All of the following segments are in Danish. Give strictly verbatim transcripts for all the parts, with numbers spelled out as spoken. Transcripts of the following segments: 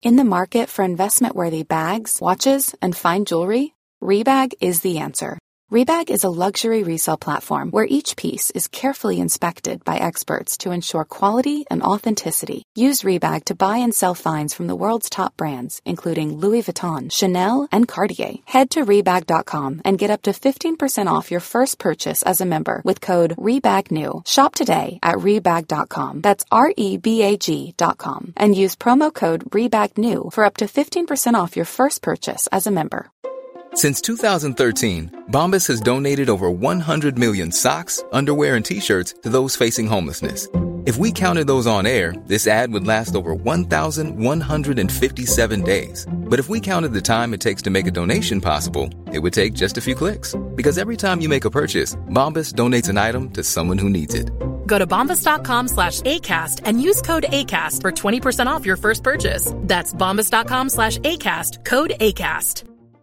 In the market for investment-worthy bags, watches, and fine jewelry, Rebag is the answer. Rebag is a luxury resale platform where each piece is carefully inspected by experts to ensure quality and authenticity. Use Rebag to buy and sell finds from the world's top brands, including Louis Vuitton, Chanel, and Cartier. Head to Rebag dot com and get up to fifteen percent off your first purchase as a member with code REBAGNEW. Shop today at Rebag dot com. That's R E B A G dot com. And use promo code REBAGNEW for up to fifteen percent off your first purchase as a member. Since two thousand thirteen, Bombas has donated over one hundred million socks, underwear, and T-shirts to those facing homelessness. If we counted those on air, this ad would last over one thousand one hundred fifty-seven days. But if we counted the time it takes to make a donation possible, it would take just a few clicks. Because every time you make a purchase, Bombas donates an item to someone who needs it. Go to bombas dot com slash ACAST and use code ACAST for twenty percent off your first purchase. That's bombas dot com slash ACAST, code ACAST.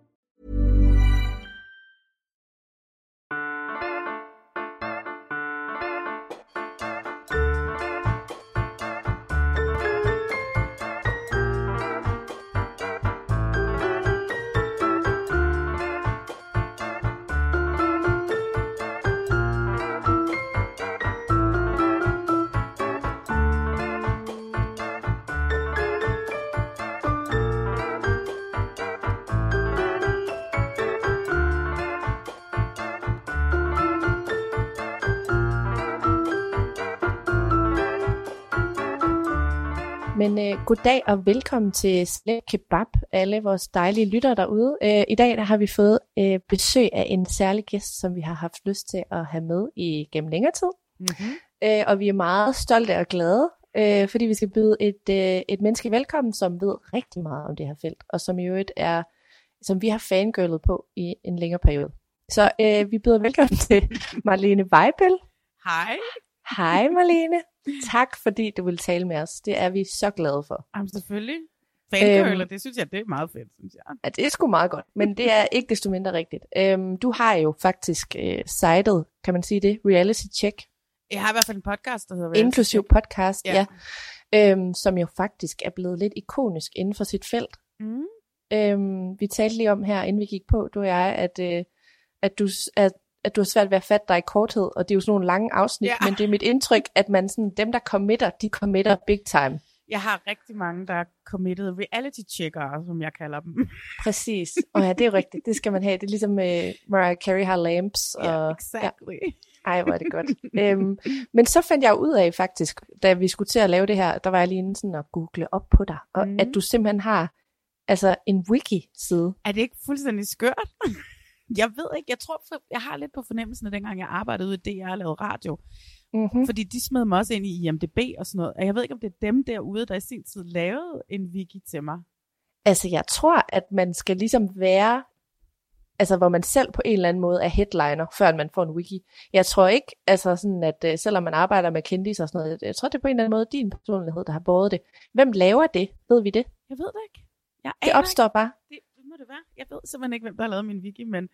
Men øh, goddag og velkommen til Slæb Kebab, alle vores dejlige lyttere derude. Øh, I dag der har vi fået øh, besøg af en særlig gæst, som vi har haft lyst til at have med i gennem længere tid. Mm-hmm. Øh, og vi er meget stolte og glade, øh, fordi vi skal byde et, øh, et menneske velkommen, som ved rigtig meget om det her felt, og som i øvrigt er, som vi har fangirlet på i en længere periode. Så øh, vi byder velkommen til Marlene Weibel. Hej. Hej Marlene. Tak fordi du vil tale med os. Det er vi så glade for. Jamen selvfølgelig. Fangirler, øhm, det synes jeg, det er meget fedt, synes jeg. Ja, det er sgu meget godt, men det er ikke desto mindre rigtigt. Øhm, du har jo faktisk øh, sitet, kan man sige det, Reality Check. Jeg har i hvert fald en podcast, der hedder Reality Inklusiv Check. podcast, ja. ja øhm, som jo faktisk er blevet lidt ikonisk inden for sit felt. Mm. Øhm, vi talte lige om her, inden vi gik på, du og jeg, at, øh, at du at at du har svært ved at fatte dig i korthed, og det er jo sådan nogle lange afsnit, ja. Men det er mit indtryk, at man sådan, dem der committer, de committer big time. Jeg har rigtig mange, der er committed reality-checkere, som jeg kalder dem. Præcis, og ja, det er jo rigtigt, det skal man have, det er ligesom uh, Mariah Carey har lamps. Og, yeah, exactly. Ja. Ej, hvor er det godt. øhm, men så fandt jeg ud af faktisk, da vi skulle til at lave det her, der var jeg lige inde sådan at google op på dig, og mm. at du simpelthen har altså en wiki-side. Er det ikke fuldstændig skørt? Jeg ved ikke, jeg tror, jeg har lidt på fornemmelsen af dengang, jeg arbejdede ude i D R og lavede radio. Mm-hmm. Fordi de smed mig også ind i I M D B og sådan noget. Og jeg ved ikke, om det er dem derude, der i sin tid lavede en wiki til mig. Altså, jeg tror, at man skal ligesom være, altså hvor man selv på en eller anden måde er headliner, før man får en wiki. Jeg tror ikke, altså sådan, at selvom man arbejder med kendis og sådan noget, jeg tror, det er på en eller anden måde din personlighed, der har båret det. Hvem laver det? Ved vi det? Jeg ved det ikke. Jeg det opstår ikke. Bare. Det må det være. Jeg ved simpelthen ikke, hvem der har lavet min wiki, men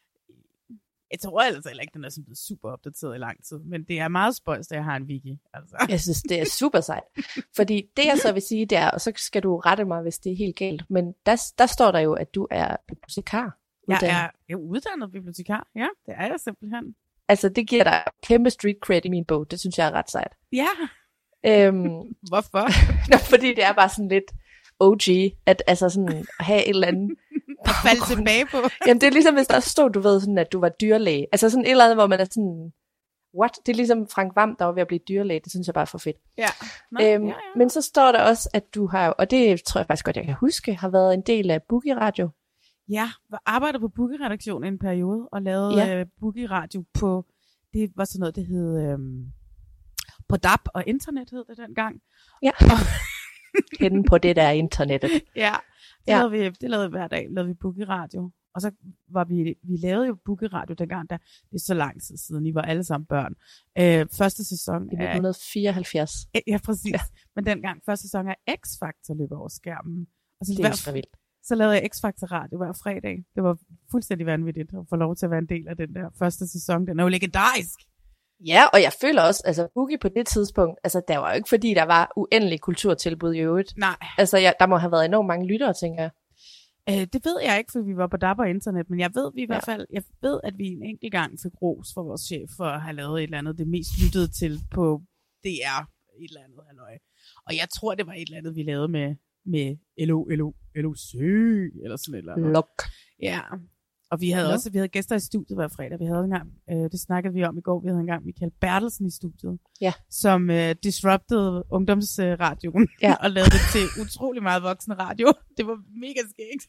jeg tror altså heller ikke, den er sådan blevet super opdateret i lang tid, men det er meget spøjst, at jeg har en wiki. Altså. Jeg synes, det er super sejt. Fordi det, jeg så vil sige, det er, og så skal du rette mig, hvis det er helt galt, men der, der står der jo, at du er bibliotekar. Jeg er, jeg er uddannet bibliotekar, ja, det er jeg simpelthen. Altså, det giver dig kæmpe street cred i min bog, det synes jeg er ret sejt. Ja. Øhm, Hvorfor? Nå, fordi det er bare sådan lidt O G, at altså sådan at have et eller andet at falde tilbage på. Jamen det er ligesom hvis der stod, du ved sådan, at du var dyrlæge. Altså sådan et eller andet, hvor man er sådan, what? Det er ligesom Frank Hvam, der var ved at blive dyrlæge. Det synes jeg bare er for fedt. Ja. Nå, øhm, ja, ja. Men så står der også, at du har, og det tror jeg faktisk godt, jeg kan huske, har været en del af Boogie Radio. Ja, jeg arbejdede på Boogie Redaktion en periode, og lavede ja. uh, Boogie Radio på, det var sådan noget, det hed, um, på D A B og internet hed det dengang. Ja. Henne på det der internettet. Ja, det, ja. Lavede vi, det lavede vi hver dag, lavede vi Boogie Radio. Og så var vi, vi lavede jo Boogie Radio dengang, der, det er så lang tid siden, I var alle sammen børn. Øh, første sæson i nitten fireoghalvfjerds. Af, ja, præcis. Ja. Men dengang, første sæson af X-Factor løb over skærmen. Og så det er så vildt. Så lavede jeg X-Factor Radio hver fredag. Det var fuldstændig vanvittigt at få lov til at være en del af den der første sæson. Den er jo legendarisk. Ja, og jeg føler også, altså Boogie på det tidspunkt, altså der var jo ikke fordi, der var uendelige kulturtilbud i øvrigt. Nej. Altså jeg, der må have været enormt mange lyttere, tænker jeg. Øh, det ved jeg ikke, for vi var på Dapper Internet, men jeg ved vi i ja. hvert fald, jeg ved, at vi en enkelt gang fik ros fra vores chef for at have lavet et eller andet, det mest lyttede til på D R, et eller andet halløj. Og jeg tror, det var et eller andet, vi lavede med, med L O, L O, L O C, eller sådan et eller andet. Lok. Ja, og vi havde ja. også, vi havde gæster i studiet hver fredag. Vi havde engang, øh, det snakkede vi om i går, vi havde engang Michael Bertelsen i studiet, ja. som øh, disrupted ungdomsradioen øh, ja. og lavede det til utrolig meget voksen radio. Det var mega skægt.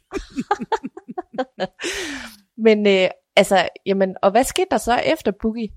Men øh, altså, jamen, og hvad skete der så efter Boogie?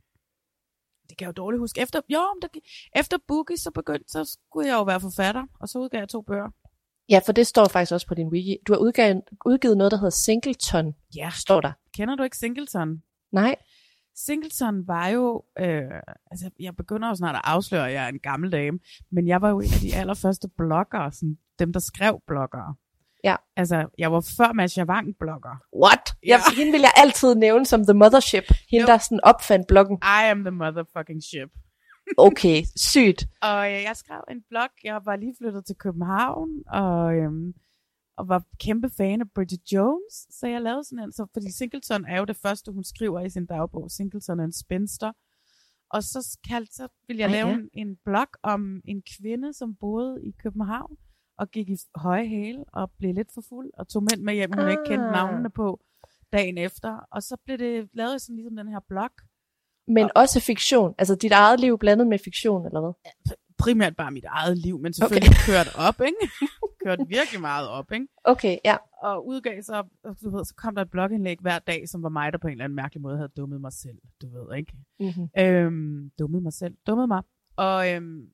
Det kan jeg jo dårligt huske. Efter, jo, der, efter Boogie, så begyndte, så skulle jeg jo være forfatter, og så udgav jeg to bøger. Ja, for det står faktisk også på din wiki. Du har udgivet, udgivet noget, der hedder Singleton, ja. står der. Kender du ikke Singleton? Nej. Singleton var jo, øh, altså jeg begynder jo snart at afsløre, at jeg er en gammel dame, men jeg var jo en af de allerførste bloggere, sådan, dem der skrev bloggere. Ja. Altså, jeg var før Masha Wang blogger. What? Ja. Jeg, hende vil jeg altid nævne som the mothership. Hende, jo. der sådan opfandt bloggen. I am the motherfucking ship. Okay, sygt. Og øh, jeg skrev en blog, jeg var lige flyttet til København, og, øhm, og var kæmpe fan af Bridget Jones, så jeg lavede sådan en, så, fordi Singleton er jo det første, hun skriver i sin dagbog, Singleton er en spinster, og så, kaldte, så ville jeg Ej, lave ja. en, en blog om en kvinde, som boede i København, og gik i høje hæle, og blev lidt for fuld, og tog mænd med hjem, hun ah. ikke kendte navnene på dagen efter, og så blev det lavet sådan ligesom den her blog. Men og, også fiktion, altså dit eget liv blandet med fiktion, eller hvad? Primært bare mit eget liv, men selvfølgelig okay. kørt op, ikke? Kørt virkelig meget op, ikke? Okay, ja. Og udgav så, du ved, så kom der et blogindlæg hver dag, som var mig, der på en eller anden mærkelig måde havde dummet mig selv, du ved, ikke? Mm-hmm. Øhm, dummet mig selv, dummet mig. Og øhm,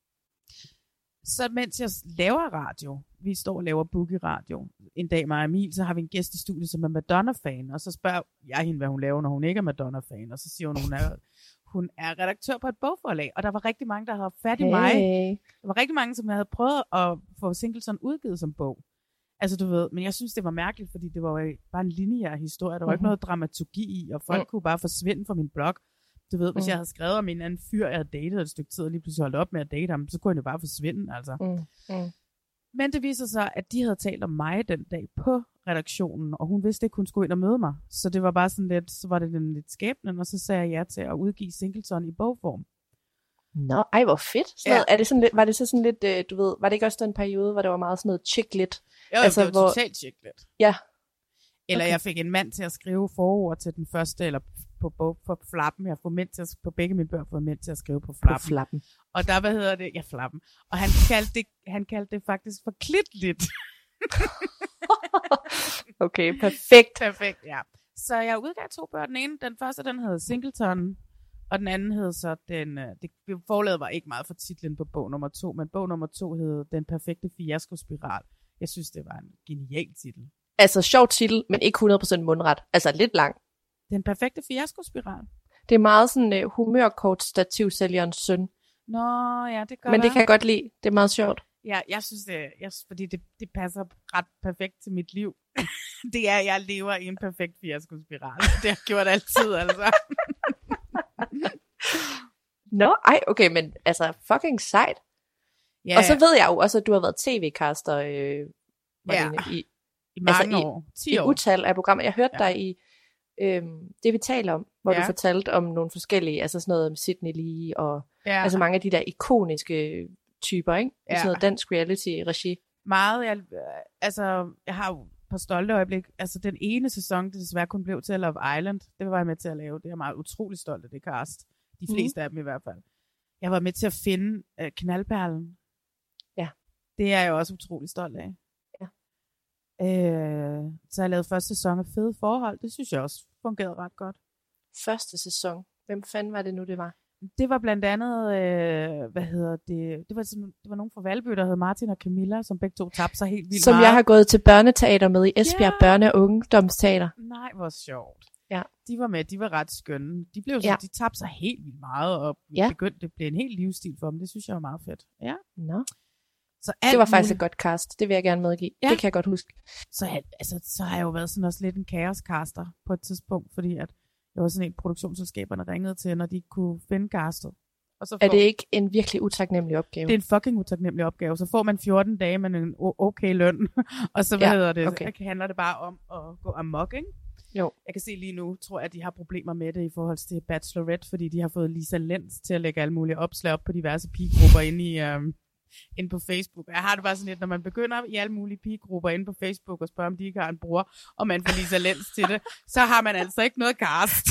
så mens jeg laver radio, vi står og laver Boogie Radio, en dag med Emil, så har vi en gæst i studiet, som er Madonna-fan, og så spørger jeg hende, hvad hun laver, når hun ikke er Madonna-fan, og så siger hun, hun er, hun er redaktør på et bogforlag, og der var rigtig mange, der havde fat i hey. mig. Der var rigtig mange, som havde prøvet at få Singleton udgivet som bog. Altså du ved, men jeg synes, det var mærkeligt, fordi det var jo bare en lineær historie, der var mm-hmm. ikke noget dramaturgi i, og folk mm. kunne bare forsvinde fra min blog. Du ved, hvis mm. jeg havde skrevet om en anden fyr, jeg havde datet et stykke tid, og lige pludselig holdt op med at date ham, så kunne han jo bare forsvinde, altså. Mm. Mm. Men det viser sig, at de havde talt om mig den dag på redaktionen, og hun vidste ikke, hun skulle ind og møde mig. Så det var bare sådan lidt, så var det den lidt skæbnen, og så sagde jeg ja til at udgive Singleton i bogform. Nå, ej, hvor fedt. Sådan ja. Er det sådan lidt, var det så sådan lidt, du ved, var det ikke også en periode, hvor det var meget sådan noget chick-lit? Jo, altså, det var hvor... totalt chick-lit. Ja. Eller okay. jeg fik en mand til at skrive forord til den første, eller på, på, på flappen. Jeg har fået mænd til at, på begge mine bøger fået mænd til at skrive på flappen. På flappen. Og der, hvad hedder det? Ja, flappen. Og han kaldte det, han kaldte det faktisk for klitligt. Okay, perfekt. Perfekt, ja. Så jeg udgav to bøger. Den ene, den første, den hed Singleton, og den anden hed så den, det forlaget var ikke meget for titlen på bog nummer to, men bog nummer to hed Den perfekte fiaskospiral. Jeg synes, det var en genial titel. Altså sjov titel, men ikke hundrede procent mundret. Altså lidt lang. Den perfekte fiaskospiral. Det er meget sådan uh, humørkort stativsælgerens søn. Nå, ja, det gør Men det være. kan jeg godt lide. Det er meget sjovt. Ja, jeg synes det, jeg, fordi det, det passer ret perfekt til mit liv. Det er, at jeg lever i en perfekt fiaskospiral. Det har jeg gjort altid, altså. Nå, ej, okay, men altså fucking sejt. Ja. Og så ved jeg jo også, at du har været tv-caster øh, ja. i, i mange altså år. I, i utal af programmer. Jeg hørte ja. dig i øh, det, vi taler om, hvor ja. du fortalte om nogle forskellige, altså sådan noget om Sydney Lee, og ja. altså mange af de der ikoniske typer, ikke? Ja. Sådan noget dansk reality-regi. Meget, jeg, altså, jeg har jo et par stolte øjeblik. Altså, den ene sæson, det desværre kun blev til Love Island, det var jeg med til at lave. Det er jeg meget utrolig stolt af, det cast. De fleste mm. af dem i hvert fald. Jeg var med til at finde øh, knaldperlen. Ja. Det er jeg jo også utrolig stolt af. Ja. Øh, så jeg lavede første sæson af Fede Forhold. Det synes jeg også fungerede ret godt. Første sæson? Hvem fanden var det nu, det var? Det var blandt andet, øh, hvad hedder det, det var, sådan, det var nogen fra Valby, der hed Martin og Camilla, som begge to tabte sig helt vildt som meget. Som jeg har gået til børneteater med i Esbjerg ja. Børne- og Ungdomsteater. Nej, hvor sjovt. Ja. De var med, de var ret skønne. De blev så, ja. de tabte sig helt vildt meget, og ja. begyndte, det blev en helt livsstil for dem. Det synes jeg var meget fedt. Ja. Nå. Så det var faktisk muligt. Et godt cast. Det vil jeg gerne medgive. Ja. Det kan jeg godt huske. Så, altså, så har jeg jo været sådan også lidt en kaoscaster på et tidspunkt, fordi at det var sådan en produktionsselskaberne ringede til, når de ikke kunne finde castet. Og så får, er det ikke en virkelig utaknemmelig opgave? Det er en fucking utaknemmelig opgave. Så får man fjorten dage med en okay løn, og så hvad ja, hedder det, okay. så handler det bare om at gå amok, ikke? Jo. Jeg kan se lige nu, tror jeg, at de har problemer med det i forhold til Bachelorette, fordi de har fået Lisa Lenz til at lægge alle mulige opslag op på diverse pigegrupper inde, i, øhm, inde på Facebook. Jeg har det bare sådan lidt, når man begynder i alle mulige pigegrupper inde på Facebook og spørger, om de ikke har en bror, og man får Lisa Lenz til det, så har man altså ikke noget cast.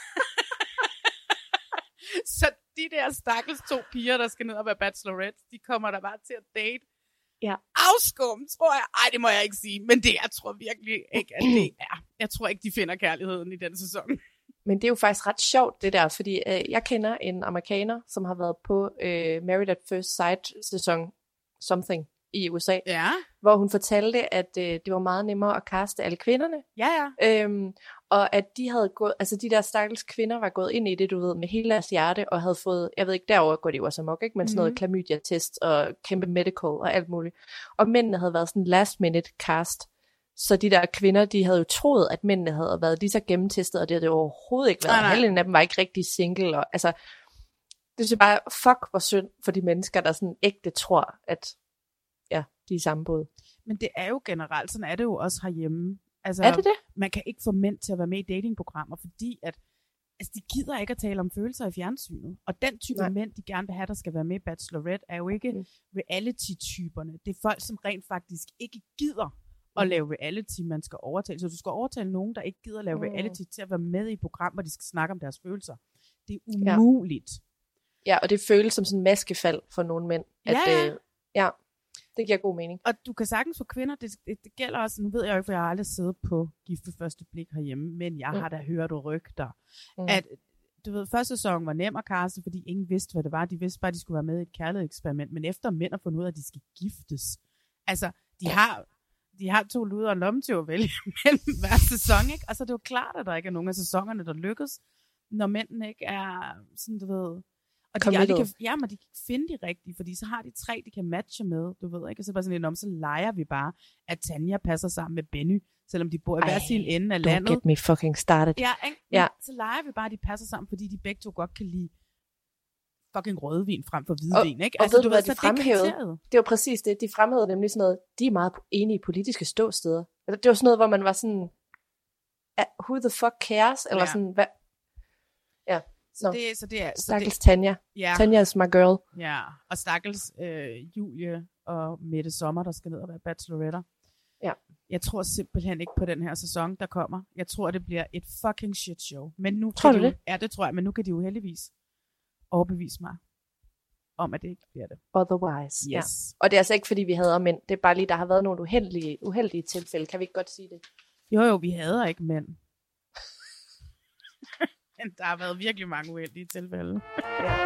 Så de der stakkels to piger, der skal ned og være Bachelorette, de kommer der bare til at date. Ja. Afskum, tror jeg. Ej, det må jeg ikke sige. Men det, jeg tror virkelig ikke, at det er. Jeg tror ikke, de finder kærligheden i den sæson. Men det er jo faktisk ret sjovt, det der. Fordi øh, jeg kender en amerikaner, som har været på øh, Married at First Sight sæson something i U S A. Ja. Hvor hun fortalte, at øh, det var meget nemmere at kaste alle kvinderne. Ja, ja. Øhm, og at de havde gået, altså de der stakkels kvinder var gået ind i det, du ved, med hele deres hjerte, og havde fået, jeg ved ikke, derover går det jo også amok, ikke? Men sådan noget mm. klamydia-test og kæmpe medical og alt muligt. Og mændene havde været sådan last minute cast. Så de der kvinder, de havde jo troet, at mændene havde været lige så gennemtestet, og det havde det overhovedet ikke været. Halvdelen af dem var ikke rigtig single. Og, altså, det er bare, fuck hvor synd for de mennesker, der sådan ægte tror, at ja, de er i samme båd. Men det er jo generelt, sådan er det jo også herhjemme. Altså, er det det? Man kan ikke få mænd til at være med i datingprogrammer, fordi at, altså, de gider ikke at tale om følelser i fjernsynet. Og den type af mænd, de gerne vil have, der skal være med i Bachelorette, er jo ikke mm. reality-typerne. Det er folk, som rent faktisk ikke gider at lave reality, man skal overtale. Så du skal overtale nogen, der ikke gider at lave mm. reality, til at være med i et program, hvor de skal snakke om deres følelser. Det er umuligt. Ja, ja, og det føles som sådan en maskefald for nogle mænd. At, ja, ja. Øh, ja. Det giver god mening. Og du kan sagtens for kvinder, det, det, det gælder også, nu ved jeg jo ikke, for jeg har aldrig siddet på Gift ved første blik herhjemme, men jeg mm. har da hørt og rygter, mm. at du ved, første sæson var nem at kaste, fordi ingen vidste, hvad det var. De vidste bare, at de skulle være med i et kærlighedseksperiment, men efter mænd har fundet ud af, at de skal giftes. Altså, de har, de har to luder og lommetyv at vælge mellem hver sæson, ikke? Og så er det jo klart, at der ikke er nogen af sæsonerne, der lykkes, når mændene ikke er sådan, du ved. Og de, de kan, ja, men de kan finde de rigtige, fordi så har de tre, de kan matche med, du ved ikke, og så bare sådan lidt om, så leger vi bare, at Tanja passer sammen med Benny, selvom de bor i hver sin ende af landet. Don't get me fucking started. Ja, ikke? Ja. Så leger vi bare, at de passer sammen, fordi de begge to godt kan lide fucking rødvin frem for hvidvin, og, ikke? Og altså, ved du hvad ved, de fremhævede? Det, det var præcis det, de fremhævede nemlig sådan noget, de er meget enige i politiske ståsteder. Det var sådan noget, hvor man var sådan, who the fuck cares? Eller ja. sådan, hvad? Ja. Så det, så det er, så stakkels det, Tanja. Ja. Tanja is my girl. Ja, og stakkels øh, Julie og Mette Sommer, der skal ned og være bacheloretter. Ja. Jeg tror simpelthen ikke på den her sæson, der kommer. Jeg tror, det bliver et fucking shit show. Men nu tror kan du de, det? Ja, det tror jeg, men nu kan de jo heldigvis overbevise mig om, at det ikke bliver det. Otherwise, yes. Ja. Og det er altså ikke, fordi vi hader mænd. Det er bare lige, der har været nogle uheldige, uheldige tilfælde. Kan vi ikke godt sige det? Jo, jo, vi hader ikke mænd. Men der har været virkelig mange uheldige tilfælde. Ja.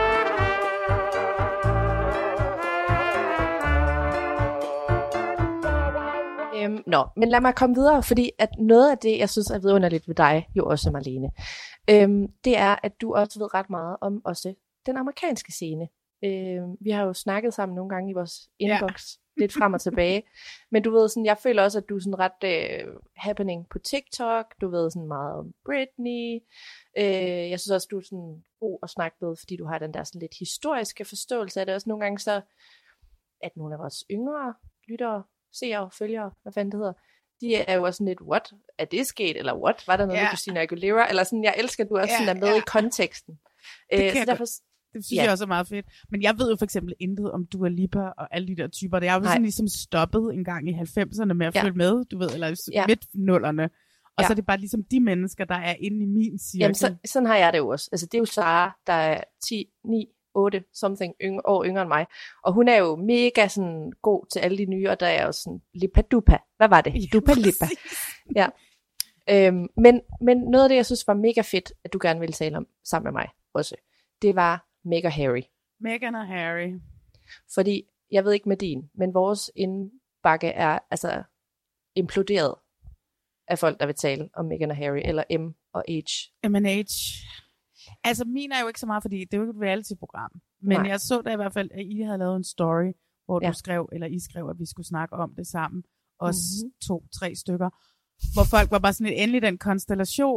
Øhm, nå, men lad mig komme videre, fordi at noget af det, jeg synes er vidunderligt ved dig, jo også Marlene, øhm, det er, at du også ved ret meget om også den amerikanske scene. Øhm, vi har jo snakket sammen nogle gange i vores inbox, ja. lidt frem og tilbage, men du ved sådan, jeg føler også, at du er sådan ret øh, happening på TikTok, du ved sådan meget om Britney, øh, jeg synes også, du er sådan god at snakke med, fordi du har den der sådan lidt historiske forståelse af det, også nogle gange så, at nogle af vores yngre lyttere, seere, følgere, hvad fanden det hedder, de er jo også sådan lidt, what? Er det sket? Eller what? Var der noget, yeah. med Christina Aguilera? Eller sådan, jeg elsker, at du også yeah, sådan er med yeah. i konteksten. Det, øh, så derfor, det synes yeah. jeg også er meget fedt. Men jeg ved jo for eksempel intet om Dua Lipa og alle de der typer. Jeg har jo sådan ligesom stoppet en gang i halvfemserne med at yeah. følge med, du ved, eller yeah. midt nullerne. Og yeah. så er det bare ligesom de mennesker, der er inde i min cirkel. Jamen, så, sådan har jeg det jo også. Altså, det er jo Sara, der er ti, ni, otte something yng- år yngre end mig. Og hun er jo mega sådan god til alle de nye, og der er jo sådan Lipa Dupa. Hvad var det? Dupa Lipa. Ja. Øhm, men, men noget af det, jeg synes var mega fedt, at du gerne ville tale om sammen med mig også, det var Meg og Harry. Meghan og Harry. Fordi, jeg ved ikke med din, men vores indbakke er altså imploderet af folk, der vil tale om Meghan og Harry, eller M og H. M and H. Altså, min er jo ikke så meget, fordi det er jo ikke et reality-program. Men Nej. jeg så da i hvert fald, at I havde lavet en story, hvor ja. du skrev, eller I skrev, at vi skulle snakke om det sammen. Os mm-hmm. to, tre stykker. Hvor folk var bare sådan lidt, endelig den konstellation,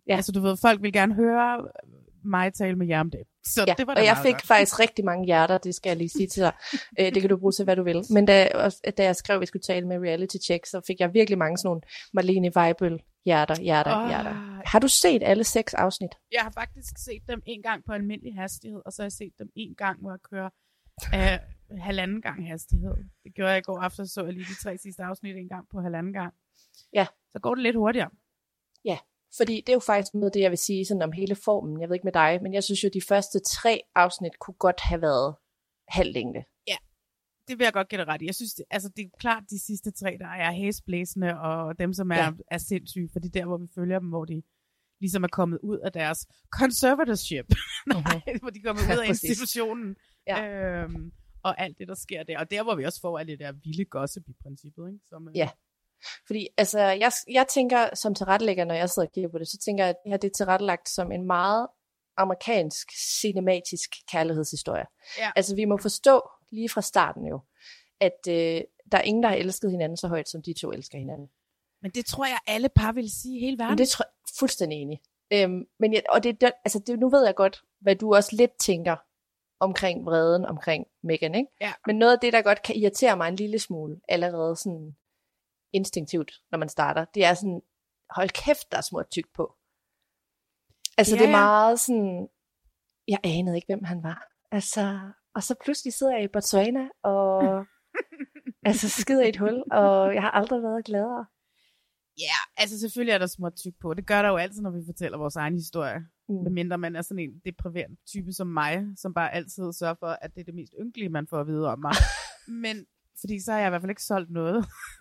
Ja. Altså du ved, folk vil gerne høre mig tale med jer om det. Så ja, det var og jeg fik godt. faktisk rigtig mange hjerter, det skal jeg lige sige til dig. øh, det kan du bruge til, hvad du vil. Men da, da jeg skrev, at vi skulle tale med Reality Check, så fik jeg virkelig mange sådan nogle Marlene Weibel hjerter, hjerter, oh. hjerter. Har du set alle seks afsnit? Jeg har faktisk set dem en gang på almindelig hastighed, og så har jeg set dem en gang, hvor jeg kører af halvanden gang hastighed. Det gjorde jeg i går aften, så jeg lige de tre sidste afsnit en gang på halvanden gang. Ja. Så går det lidt hurtigere. Ja, fordi det er jo faktisk noget af det, jeg vil sige sådan om hele formen. Jeg ved ikke med dig, men jeg synes jo, de første tre afsnit kunne godt have været halvlængde. Ja, det vil jeg godt give dig ret i. Jeg synes, det, altså, det er klart de sidste tre, der er hæsblæsende, og dem, som er, ja. er sindssyge, for det er der, hvor vi følger dem, hvor de ligesom er kommet ud af deres conservatorship. Nej, uh-huh. hvor de er kommet ud af institutionen. Ja. Øhm, og alt det, der sker der. Og der, hvor vi også får alt det der vilde gossip i princippet. Ikke? Som, ja. Fordi altså, jeg, jeg tænker som tilrettelægger, når jeg sidder og kigger på det, så tænker jeg, at det her det er tilrettelagt som en meget amerikansk, cinematisk kærlighedshistorie. Ja. Altså vi må forstå lige fra starten jo, at øh, der er ingen, der har elsket hinanden så højt, som de to elsker hinanden. Men det tror jeg, alle par vil sige hele verden. Men det tror jeg fuldstændig enig. Øhm, men jeg, og det, altså, det, nu ved jeg godt, hvad du også lidt tænker omkring vreden omkring Meghan, ikke? Ja. Men noget af det, der godt kan irritere mig en lille smule, allerede sådan instinktivt, når man starter, det er sådan, hold kæft, der er smurt tykt på. Altså ja, det er meget sådan, jeg anede ikke, hvem han var. Altså, og så pludselig sidder jeg i Botswana, og altså skider i et hul, og jeg har aldrig været gladere. Ja, yeah, altså selvfølgelig er der smurt tyk på. Det gør der jo altid, når vi fortæller vores egen historie. Mm. Medmindre man er sådan en depriverende type som mig, som bare altid sørger for, at det er det mest ynkelige, man får at vide om mig. Men, fordi så har jeg i hvert fald ikke solgt noget.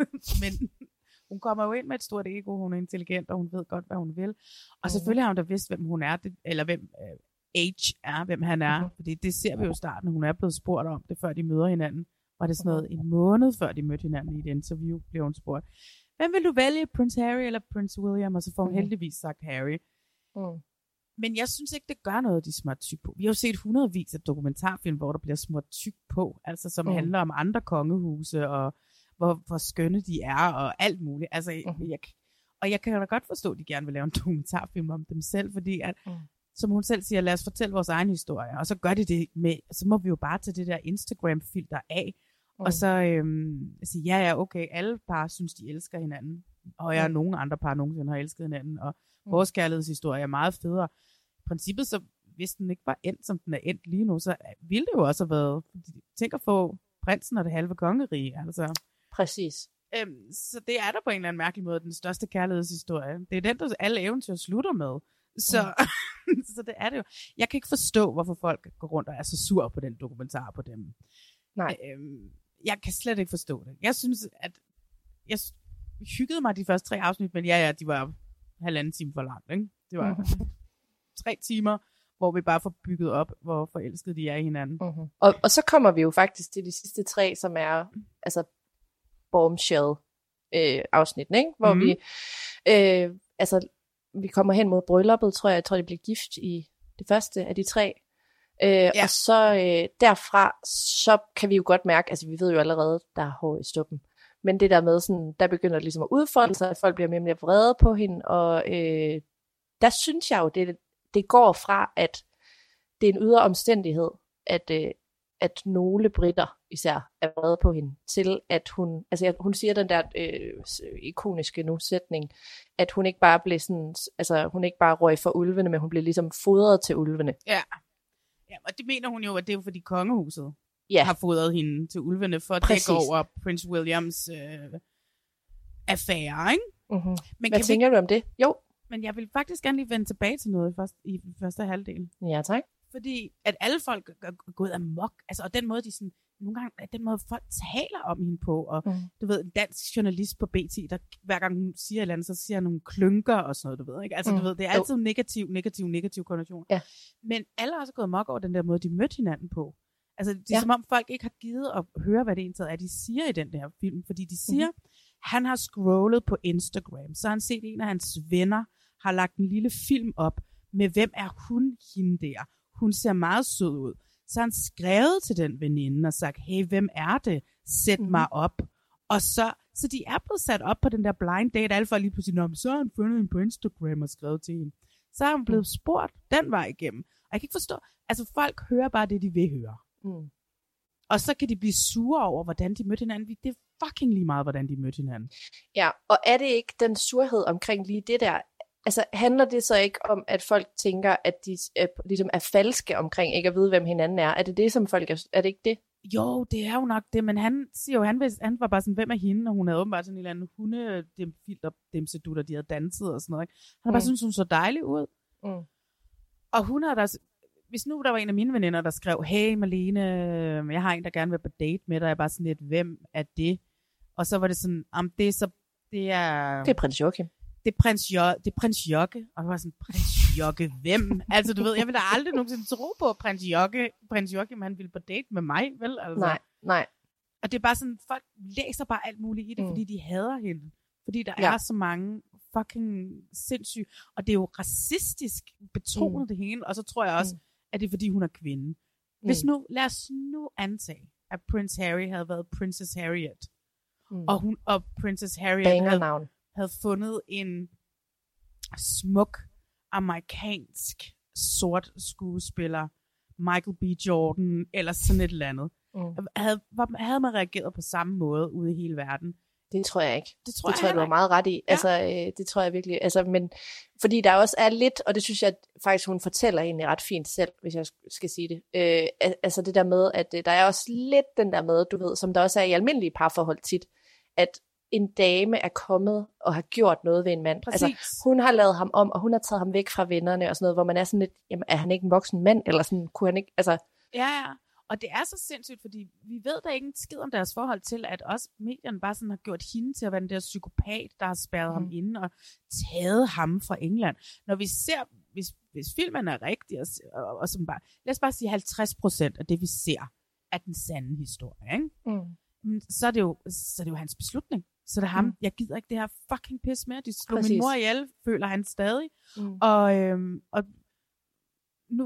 Men hun kommer jo ind med et stort ego, hun er intelligent, og hun ved godt, hvad hun vil. Og mm. selvfølgelig har hun da vidst, hvem hun er, det, eller hvem uh, H er, hvem han er. Mm. Fordi det ser vi jo i starten, hun er blevet spurgt om det, før de møder hinanden. Var det sådan noget en måned, før de mødte hinanden i et interview, blev hun spurgt. Hvem vil du vælge, Prince Harry eller Prince William? Og så får hun mm. heldigvis sagt Harry. Mm. Men jeg synes ikke, det gør noget, de smurt tyk på. Vi har jo set hundredvis af dokumentarfilm, hvor der bliver smurt tyk på, altså som mm. handler om andre kongehuse, og hvor, hvor skønne de er, og alt muligt. Altså, mm. jeg, og jeg kan da godt forstå, at de gerne vil lave en dokumentarfilm om dem selv, fordi at, mm. som hun selv siger, lad os fortælle vores egen historie, og så gør de det med, så må vi jo bare tage det der Instagram-filter af, Mm. Og så øhm, sige, ja, ja, okay, alle par synes, de elsker hinanden. Og jeg mm. nogle andre par nogensinde har elsket hinanden. Og mm. vores kærlighedshistorie er meget federe. I princippet, så hvis den ikke var endt, som den er endt lige nu, så ville det jo også have været, tænk at få prinsen og det halve kongerige. Altså. Præcis. Øhm, så det er der på en eller anden mærkelig måde den største kærlighedshistorie. Det er den, der alle eventyr slutter med. Så, mm. så det er det jo. Jeg kan ikke forstå, hvorfor folk går rundt og er så sur på den dokumentar på dem. Nej. Øhm, jeg kan slet ikke forstå det. Jeg synes, at jeg hyggede mig de første tre afsnit, men ja, ja, de var halvanden time for langt, ikke? Det var mm-hmm. tre timer, hvor vi bare får bygget op, hvor forelskede de er i hinanden. Mm-hmm. Og, og så kommer vi jo faktisk til de sidste tre, som er altså bombshell øh, afsnitten, ikke? Hvor mm-hmm. vi øh, altså vi kommer hen mod brylluppet, tror jeg. Jeg tror, de bliver gift i det første af de tre. Øh, ja. Og så øh, derfra, så kan vi jo godt mærke, altså vi ved jo allerede, der er hår i stuppen, men det der med sådan, der begynder det ligesom at udfolde sig, at folk bliver mere og mere vrede på hende, og øh, der synes jeg jo, det, det går fra, at det er en ydre omstændighed, at, øh, at nogle britter især er vrede på hende, til at hun, altså hun siger den der øh, ikoniske nu sætning, at hun ikke bare blev sådan, altså hun ikke bare røg for ulvene, men hun blev ligesom fodret til ulvene. Ja. Ja, og det mener hun jo, at det er jo fordi kongehuset ja. har fodret hende til ulvene for at dække over Prince Williams øh, affære, ikke? Mm-hmm. Men hvad tænker vi... du om det? Jo. Men jeg vil faktisk gerne lige vende tilbage til noget i første, i første halvdel. Ja, tak. Fordi at alle folk er gået amok, altså og den måde, de sådan, nogle gange, den måde folk taler om hende på, og mm. du ved, en dansk journalist på B T, der hver gang hun siger et eller andet, så siger nogle klynker og sådan noget, du ved, ikke? Altså mm. du ved, det er altid negativ, negativ, negativ konnotation. Ja. Men alle har også gået amok over den der måde, de mødte hinanden på. Altså det er ja. som om folk ikke har givet at høre, hvad det egentlig er, de siger i den der film, fordi de siger, mm. han har scrollet på Instagram, så har han set en af hans venner, har lagt en lille film op med, hvem er hun hende der? Hun ser meget sød ud. Så har han skrevet til den veninde og sagt, hey, hvem er det? Sæt mm. mig op. Og så, så de er blevet sat op på den der blind date. Alle folk lige pludselig, så har han fundet hende på Instagram og skrevet til hende. så er hun blevet spurgt den vej igennem. Og jeg kan ikke forstå, altså folk hører bare det, de vil høre. Mm. Og så kan de blive sure over, hvordan de mødte hinanden. Det er fucking lige meget, hvordan de mødte hinanden. Ja, og er det ikke den surhed omkring lige det der? Altså handler det så ikke om, at folk tænker, at de er, ligesom er falske omkring ikke at vide, hvem hinanden er? Er det det, som folk er? Er det ikke det? Jo, det er jo nok det, men han siger jo, han, han var bare sådan, hvem er hende? Og hun havde åbenbart sådan en eller anden hunde-filter-dimsedutter, de havde danset og sådan noget. Ikke? Han har mm. bare syntes, hun så dejlig ud. Mm. Og hun har der, hvis nu der var en af mine veninder, der skrev, hey Malene, jeg har en, der gerne vil på date med dig. Jeg er bare sådan lidt, hvem er det? Og så var det sådan, om det er så, det er... Det er prins Joachim. Det er prins, jo- det er prins Jokke. Og jeg var sådan, prins Jokke, hvem? Altså du ved, jeg ville da aldrig nogensinde tro på, at prins Jokke, prins Joachim, han ville på date med mig, vel? Altså. Nej, nej. Og det er bare sådan, folk læser bare alt muligt i det, mm. fordi de hader hende. Fordi der ja. er så mange fucking sindssyge. Og det er jo racistisk betonet mm. det hele. Og så tror jeg også, mm. at det er fordi, hun er kvinde. Hvis mm. nu, lad os nu antage, at Prince Harry havde været Princess Harriet. Mm. Og, hun, og Princess Harriet havde, havde fundet en smuk, amerikansk, sort skuespiller, Michael B. Jordan, eller sådan et eller andet. Mm. Havde, havde man reageret på samme måde ude i hele verden? Det tror jeg ikke. Det tror, det jeg, tror jeg, du har meget ret i. Ja. Altså, øh, det tror jeg virkelig. Altså, men, fordi der også er lidt, og det synes jeg at faktisk, hun fortæller egentlig ret fint selv, hvis jeg skal sige det. Øh, altså det der med, at øh, der er også lidt den der med, du ved, som der også er i almindelige parforhold tit, at en dame er kommet og har gjort noget ved en mand. Præcis. Altså, hun har lavet ham om, og hun har taget ham væk fra vennerne og sådan noget, hvor man er sådan lidt, jamen, er han ikke en voksen mand? Eller sådan, kunne han ikke, altså... Ja, ja. Og det er så sindssygt, fordi vi ved da ikke en skid om deres forhold til, at også medierne bare sådan har gjort hende til at være den der psykopat, der har spærret mm. ham inde og taget ham fra England. Når vi ser, hvis, hvis filmen er rigtig, og, og, og som bare, lad os bare sige halvtreds procent af det, vi ser, er den sande historie, ikke? Mm. Men så er, det jo, så er det jo hans beslutning. Så det er ham, mm. jeg gider ikke det her fucking pis med. De slog Præcis. Min mor ihjel, føler han stadig. Mm. Og, øhm, og nu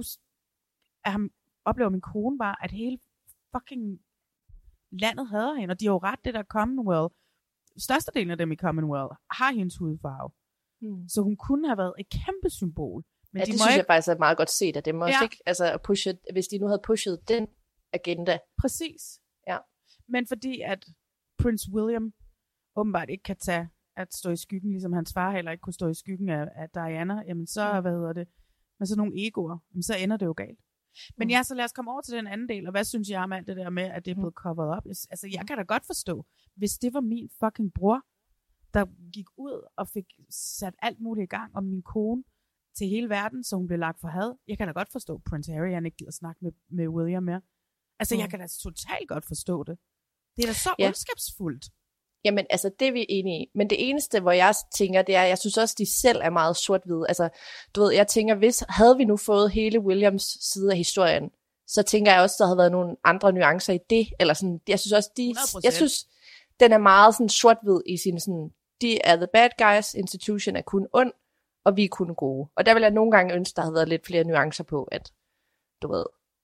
er han, oplever min kone bare, at hele fucking landet hader hende. Og de har jo ret, det der Commonwealth. Størstedelen af dem i Commonwealth har hendes hudfarve. Mm. Så hun kunne have været et kæmpe symbol. Men ja, de det må synes ikke... jeg faktisk er meget godt set af dem også, ja. Ikke? Altså, at pushe, hvis de nu havde pushet den agenda. Præcis. Ja. Men fordi at Prince William åbenbart ikke kan tage at stå i skyggen, ligesom hans far heller ikke kunne stå i skyggen af, af Diana, jamen så, mm. hvad hedder det, med sådan nogle egoer, jamen så ender det jo galt. Men mm. ja, så lad os komme over til den anden del, og hvad synes jeg om alt det der med, at det er blevet covered up? Altså, jeg kan da godt forstå, hvis det var min fucking bror, der gik ud og fik sat alt muligt i gang om min kone til hele verden, så hun blev lagt for had. Jeg kan da godt forstå, at Prince Harry, han ikke gider snakke med, med William mere. Altså, mm. jeg kan da totalt godt forstå det. Det er da så ja. ondskabsfuldt. Jamen, altså, det er vi enige i. Men det eneste, hvor jeg tænker, det er, jeg synes også, de selv er meget sort-hvide. Altså, du ved, jeg tænker, hvis havde vi nu fået hele Williams side af historien, så tænker jeg også, der havde været nogle andre nuancer i det. Eller sådan, jeg synes også, de, hundrede procent. Jeg synes, den er meget sådan sort-hvid i sin sådan, de er the bad guys, institution er kun ond, og vi er kun gode. Og der vil jeg nogle gange ønske, der havde været lidt flere nuancer på, at, du ved,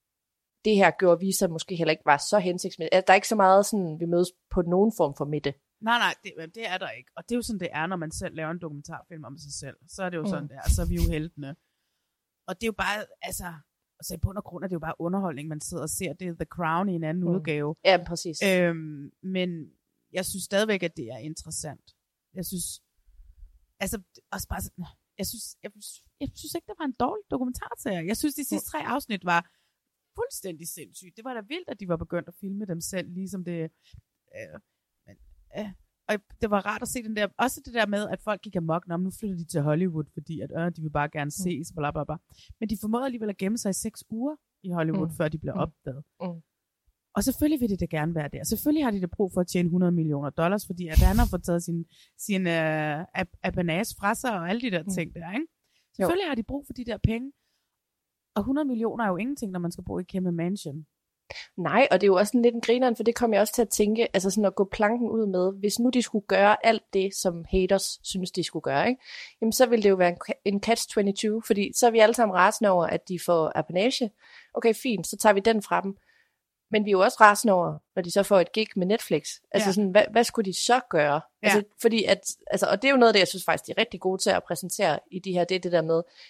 det her gjorde vi så måske heller ikke var så hensigtsmæssigt. Altså, der er ikke så meget sådan, vi mødes på nogen form for midte. Nej, nej, det, det er der ikke. Og det er jo sådan, det er, når man selv laver en dokumentarfilm om sig selv. Så er det jo mm. sådan, der. Så er vi jo heltene. Og det er jo bare, altså, altså i bund og grund er det jo bare underholdning, man sidder og ser. Det er The Crown i en anden mm. udgave. Ja, præcis. Øhm, men jeg synes stadigvæk, at det er interessant. Jeg synes, altså, også bare sådan, jeg synes, jeg, jeg synes ikke, det var en dårlig dokumentarserie. Jeg synes, de sidste tre afsnit var fuldstændig sindssygt. Det var da vildt, at de var begyndt at filme dem selv, ligesom det... Øh, men, øh, og det var rart at se den der... Også det der med, at folk gik amok, når nu flytter de til Hollywood, fordi at, øh, de vil bare gerne ses, bla, bla, bla. Men de formåede alligevel at gemme sig i seks uger i Hollywood, mm. før de blev mm. opdaget. Mm. Og selvfølgelig vil det da gerne være der. Selvfølgelig har de da brug for at tjene hundrede millioner dollars, fordi at han har fået taget sin, sin øh, apanage fra sig, og alle de der mm. ting der, ikke? Selvfølgelig jo. Har de brug for de der penge. Og hundrede millioner er jo ingenting, når man skal bo i et kæmpe mansion. Nej, og det er jo også sådan lidt en grineren, for det kom jeg også til at tænke, altså sådan at gå planken ud med, hvis nu de skulle gøre alt det, som haters synes, de skulle gøre, ikke? Jamen så ville det jo være en, en catch toogtyve, fordi så er vi alle sammen rasende over, at de får apanage. Okay, fint, så tager vi den fra dem. Men vi er jo også rasende over, når de så får et gig med Netflix. Altså ja. sådan, hvad, hvad skulle de så gøre? Ja. Altså, fordi at, altså, og det er jo noget af det, jeg synes faktisk, de er rigtig gode til at præsentere i de her, det er det der med,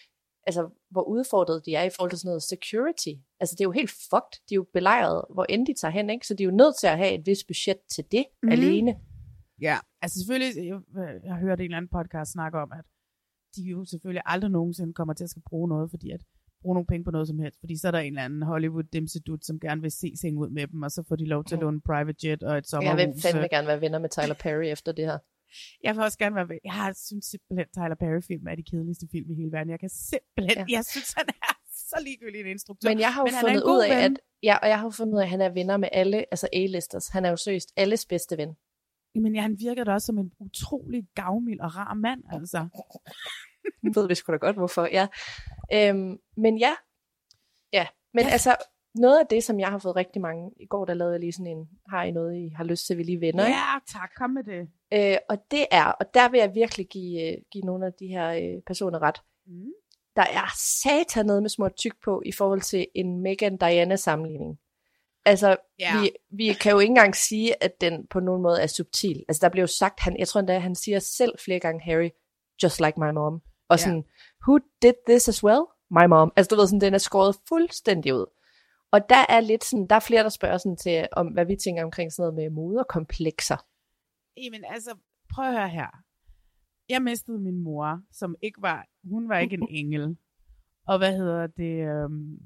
altså, hvor udfordret de er i forhold til sådan noget security. Altså, det er jo helt fucked. De er jo belejret, hvor end de tager hen, ikke? Så de er jo nødt til at have et vist budget til det mm. alene. Ja, altså selvfølgelig, jeg, jeg har hørt en eller anden podcast snakke om, at de jo selvfølgelig aldrig nogensinde kommer til at skal bruge noget, fordi at bruge nogle penge på noget som helst, fordi så er der en eller anden Hollywood-dimsedut, som gerne vil se sig ud med dem, og så får de lov til at låne en private jet og et sommerhus. Jeg vil fandme gerne være venner med Tyler Perry efter det her. Jeg vil også gerne være venner. Jeg har, synes simpelthen, Tyler Perry-film er de kedeligste film i hele verden. Jeg kan simpelthen, ja. Jeg synes, han er så ligegyldig en instruktør. Men jeg har jo Men fundet ud af, ven. at, ja, og jeg har jo fundet ud af, at han er venner med alle, altså A-listers. Han er jo seriøst alles bedste ven. Men ja, han virker da også som en utrolig gavmild og rar mand, altså. Nu ved vi sgu da godt, hvorfor, ja. Øhm, men ja, ja, men ja. altså, noget af det, som jeg har fået rigtig mange, i går der lavede jeg lige sådan en, har I noget, I har lyst til, vi lige vender? Ja, tak, kom med det. Øh, og det er, og der vil jeg virkelig give, give nogle af de her øh, personer ret. Mm. Der er satan noget med små tyk på, i forhold til en Meghan Diana sammenligning. Altså, yeah. vi, vi kan jo ikke engang sige, at den på nogen måde er subtil. Altså, der bliver jo sagt, han, jeg tror endda, han siger selv flere gange, Harry, just like my mom. Og sådan, yeah. who did this as well? My mom. Altså, du ved, sådan, den er skåret fuldstændig ud. Og der er lidt sådan, der er flere, der spørger sådan til, om hvad vi tænker omkring sådan noget med moderkomplekser. Jamen, altså, prøv at høre her. Jeg mistede min mor, som ikke var, hun var ikke en engel. Og hvad hedder det... Øhm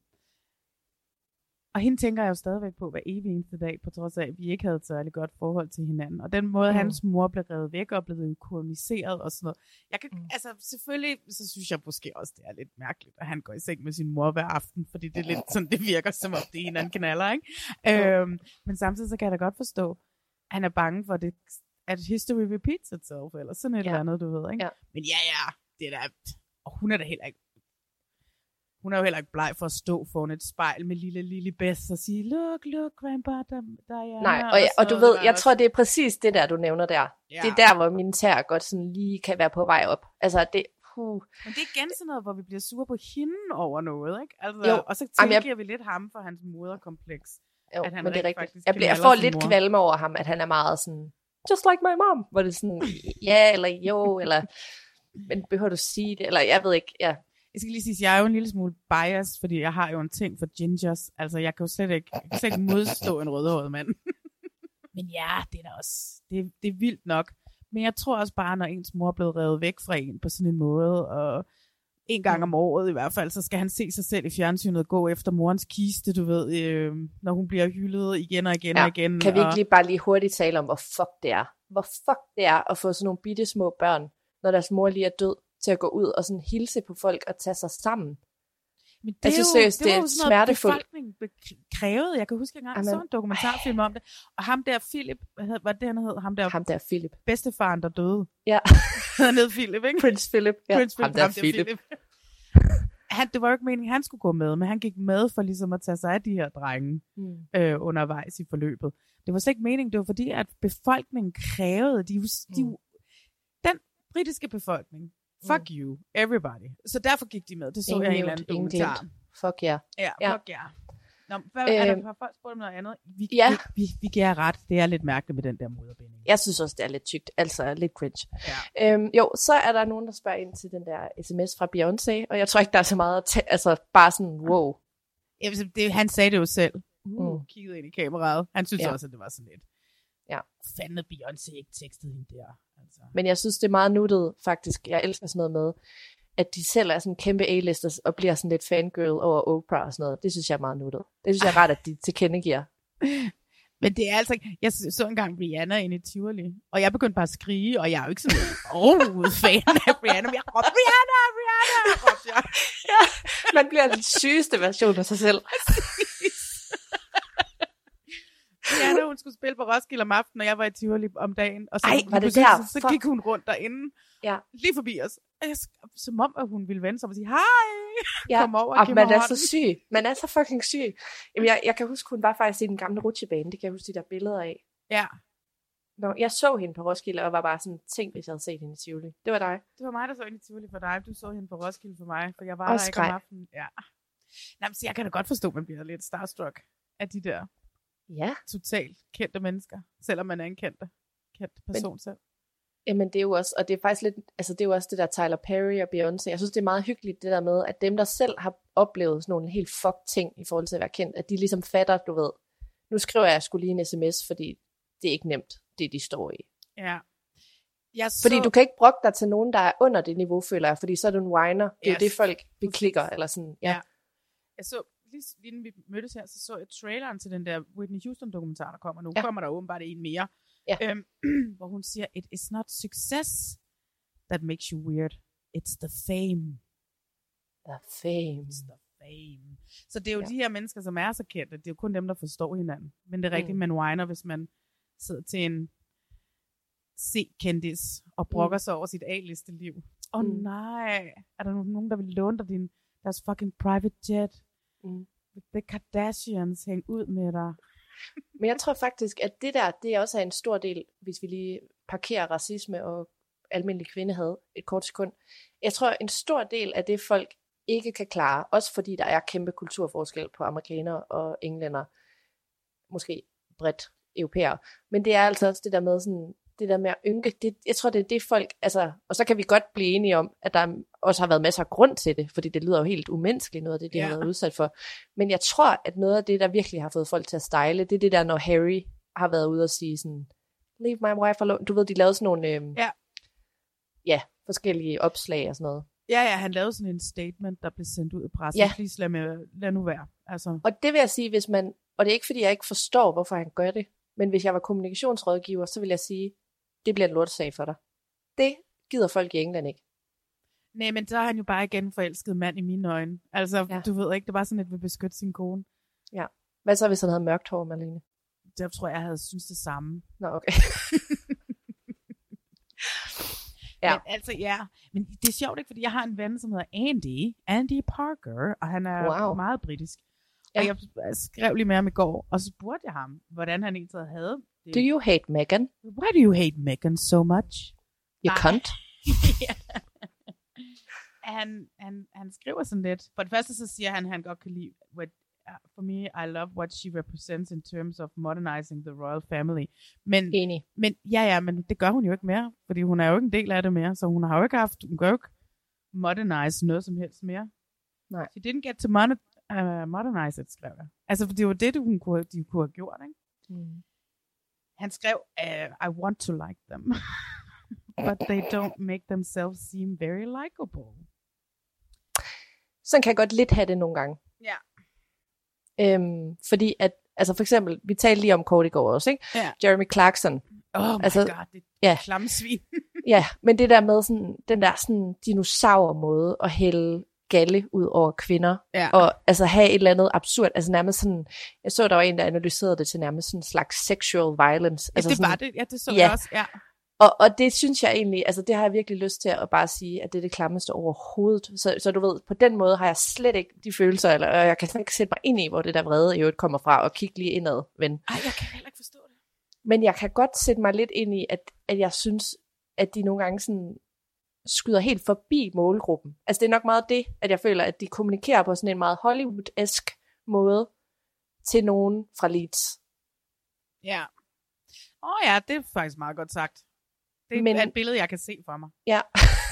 Og hende tænker jeg jo stadigvæk på hver evig eneste dag, på trods af, at vi ikke havde et særligt godt forhold til hinanden. Og den måde, mm. hans mor blev revet væk og blev koloniseret og sådan noget. Jeg kan, mm. altså selvfølgelig, så synes jeg måske også, det er lidt mærkeligt, at han går i seng med sin mor hver aften, fordi det er lidt sådan, det virker som om det er hinanden kanaler, ikke? Mm. Øhm, men samtidig så kan jeg da godt forstå, at han er bange for, det, at history repeats itself, eller sådan et ja. eller andet, du ved, ikke? Ja. Men ja, ja, det er da, og hun er da heller ikke, Hun er jo heller ikke bleg for at stå foran et spejl med lille lille Beth og sige, look, look, grandpa, der, der er. Nej, og, og, og du ved, jeg tror, det er præcis det der, du nævner der. Ja. Det er der, hvor mine tæer godt sådan lige kan være på vej op. Altså, det, uh. Men det er igen sådan noget, hvor vi bliver sure på hende over noget, ikke? Altså, jo. Og så tilgiver jeg... vi lidt ham for hans moderkompleks. Jo, at han men det er rigtigt. Jeg, bliver, jeg får lidt kvalme over ham, at han er meget sådan, just like my mom. Hvor det er sådan, ja, eller jo, eller, men behøver du sige det, eller jeg ved ikke, ja. Jeg skal lige sige, at jeg er jo en lille smule biased, fordi jeg har jo en ting for gingers. Altså, jeg kan jo slet ikke, slet ikke modstå en rødhåret mand. Men ja, det er da også, det, det er vildt nok. Men jeg tror også bare, når ens mor er blevet revet væk fra en på sådan en måde, og en gang om året i hvert fald, så skal han se sig selv i fjernsynet gå efter morens kiste, du ved, øh, når hun bliver hyldet igen og igen ja, og igen. Kan vi ikke og... lige bare lige hurtigt tale om, hvor fuck det er? Hvor fuck det er at få sådan nogle bitte små børn, når deres mor lige er død, til at gå ud og sådan hilse på folk og tage sig sammen. Men det, altså, er jo, det, det er jo sådan noget, befolkningen krævede. Jeg kan huske, at jeg engang så en dokumentarfilm om det. Og ham der, Philip, hvad hed, hvad det han hed? Ham der, ham der Philip. Bedstefaren, der døde. Ja. Han hed Philip, ikke? Prince Philip. Ja. Prince Philip. Ham der, ham der Philip. Philip. Han, det var jo ikke meningen, at han skulle gå med, men han gik med for ligesom at tage sig af de her drenge mm. øh, undervejs i forløbet. Det var så ikke meningen. Det var fordi, at befolkningen krævede, de, de, mm. den britiske befolkning, fuck mm. you, everybody. Så derfor gik de med. Det så ingen jeg i en eller anden dokumentar. Fuck yeah. Ja, ja. fuck yeah. Nå, hvad, øh, er der for folk spurgt om noget andet? Vi, ja. vi, vi, vi giver ret. Det er lidt mærkeligt med den der moderbinding. Jeg synes også, det er lidt tykt. Altså lidt cringe. Ja. Øhm, jo, så er der nogen, der spørger ind til den der sms fra Beyoncé, og jeg tror ikke, der er så meget at t- altså bare sådan, wow. Ja, det, han sagde det jo selv. Uh, mm. Kiggede ind i kameraet. Han synes ja. også, at det var sådan lidt. Ja. Fanden havde Beyoncé ikke tekstet hende der. Altså. Men jeg synes, det er meget nuttet, faktisk. Jeg elsker sådan noget med, at de selv er sådan kæmpe A-listers, og bliver sådan lidt fangirl over Oprah og sådan noget. Det synes jeg er meget nuttet. Det synes jeg er rart, at de tilkendegiver. Men det er altså ikke... Jeg så engang Rihanna inde i Tivoli, og jeg begyndte bare at skrige, og jeg er jo ikke sådan en oh, fan af Rihanna, men jeg råbte, Rihanna, Rihanna, råbte jeg. Ja, man bliver den sygeste version af sig selv. Rihanna, hun skulle spille på Roskilde om aftenen, og jeg var i Tivoli om dagen, og så, Ej, var det der? Så, så gik hun rundt derinde, ja. lige forbi os, jeg, som om, at hun ville vende sig og sige, hej, ja. kom over, og man er så syg, man er så fucking syg. Jamen, jeg, jeg kan huske, hun var faktisk i den gamle rutsjebane, det kan jeg huske de der billeder af. Ja. Nå, jeg så hende på Roskilde, og var bare sådan, tænk, hvis jeg havde set hende i Tivoli. Det var dig. Det var mig, der så hende i Tivoli for dig, du så hende på Roskilde for mig, for jeg var og der ikke om aftenen. Ja. Nå, så jeg kan da godt forstå, at man bliver lidt starstruck af de der ja. totalt kendte mennesker, selvom man er en kendt, kendt person men, selv. Jamen det er jo også, og det er faktisk lidt, altså det er jo også det der Tyler Perry og Beyoncé. Jeg synes, det er meget hyggeligt det der med, at dem, der selv har oplevet sådan nogle helt fuck ting i forhold til at være kendt, at de ligesom fatter, du ved, nu skriver jeg sgu lige en sms, fordi det er ikke nemt, det de står i. Ja. Jeg så... Fordi du kan ikke brokke dig til nogen, der er under det niveau, føler jeg, fordi så er du en whiner. Det er yes. jo det, folk beklikker, eller sådan, ja. ja. Jeg så, lige inden vi mødtes her, så så jeg traileren til den der Whitney Houston-dokumentar, der kommer nu. Ja. Kommer der åbenbart en mere. Ja. Øhm, hvor hun siger, it is not success that makes you weird. It's the fame. The fame. It's the fame. Så det er jo ja. de her mennesker, som er så kendte. Det er jo kun dem, der forstår hinanden. Men det er rigtigt, mm. man whiner, hvis man sidder til en C-kendis og brokker mm. sig over sit A-liste-liv. Åh oh, mm. nej, er der nogen, der vil låne dig din, deres fucking private jet? Mm. The Kardashians, hæng ud med dig. Men jeg tror faktisk, at det der, det er også en stor del, hvis vi lige parkerer racisme og almindelig kvindehad et kort sekund. Jeg tror, en stor del af det, folk ikke kan klare, også fordi der er kæmpe kulturforskel på amerikanere og englænder, måske bredt europæere, men det er altså også det der med sådan, det der med at ynke, det, jeg tror, det er det folk, altså, og så kan vi godt blive enige om, at der også har været masser af grund til det, fordi det lyder jo helt umenneskeligt, noget af det, de ja. har været udsat for. Men jeg tror, at noget af det, der virkelig har fået folk til at style, det er det der, når Harry har været ude og sige sådan, leave my wife alone. Du ved, de lavede sådan nogle, øh, ja. ja, forskellige opslag og sådan noget. Ja, ja, han lavede sådan en statement, der blev sendt ud i pressen. Ja. Please, lad, med, lad nu være. Altså. Og det vil jeg sige, hvis man, og det er ikke, fordi jeg ikke forstår, hvorfor han gør det, men hvis jeg var kommunikationsrådgiver, så vil jeg sige, det bliver en lortesag for dig. Det gider folk i England ikke. Nej, men så er han jo bare igen forelsket mand i mine øjne. Altså, ja. du ved ikke, det er bare sådan, at vi beskytte sin kone. Ja. Hvad så, hvis han havde mørkt hår, Marlene? Det tror jeg, jeg havde synes det samme. Nå, okay. ja. Men altså, ja. Men det er sjovt, ikke? Fordi jeg har en ven, som hedder Andy. Andy Parker, og han er wow. meget britisk. Ja. Og jeg skrev lige med ham i går, og så spurgte jeg ham, hvordan han egentlig havde det. Do you hate Meghan? Why do you hate Meghan so much? You can't. han, han, han skriver sådan lidt. For det første så siger han, at han godt kan lide, what, uh, for me, I love what she represents in terms of modernizing the royal family. Men, Enig. Men, ja, ja, men det gør hun jo ikke mere, fordi hun er jo ikke en del af det mere, så hun har jo ikke haft, hun kan jo ikke modernize noget som helst mere. Nej. She didn't get to mon- uh, modernize it, skrev jeg. Altså, for det var det, hun kunne, de kunne have gjort, ikke? Mm. Han skrev, uh, I want to like them, but they don't make themselves seem very likable. Sådan kan jeg godt lidt have det nogle gange. Ja. Øhm, fordi at, altså for eksempel, vi talte lige om kort i går også, ikke? Ja. Jeremy Clarkson. Oh my altså, god, det er ja. klamsvin. Ja, men det der med sådan, den der sådan dinosaur måde at hælde galle ud over kvinder, ja. og altså have et eller andet absurd, altså nærmest sådan, jeg så der var en, der analyserede det til nærmest sådan en slags sexual violence. Ja, altså det sådan, var det, ja, det så ja. jeg også, ja. Og, og det synes jeg egentlig, altså det har jeg virkelig lyst til at bare sige, at det er det klammeste overhovedet. Så, så du ved, på den måde har jeg slet ikke de følelser, eller jeg kan slet ikke sætte mig ind i, hvor det der vrede i øvrigt kommer fra, og kigge lige indad, ven. Ej, jeg kan heller ikke forstå det. Men jeg kan godt sætte mig lidt ind i, at, at jeg synes, at de nogle gange sådan skyder helt forbi målgruppen. Altså det er nok meget det, at jeg føler, at de kommunikerer på sådan en meget Hollywood-esk måde til nogen fra Leeds. Ja. Åh oh ja, det er faktisk meget godt sagt. Det Men, er et billede, jeg kan se for mig. Ja.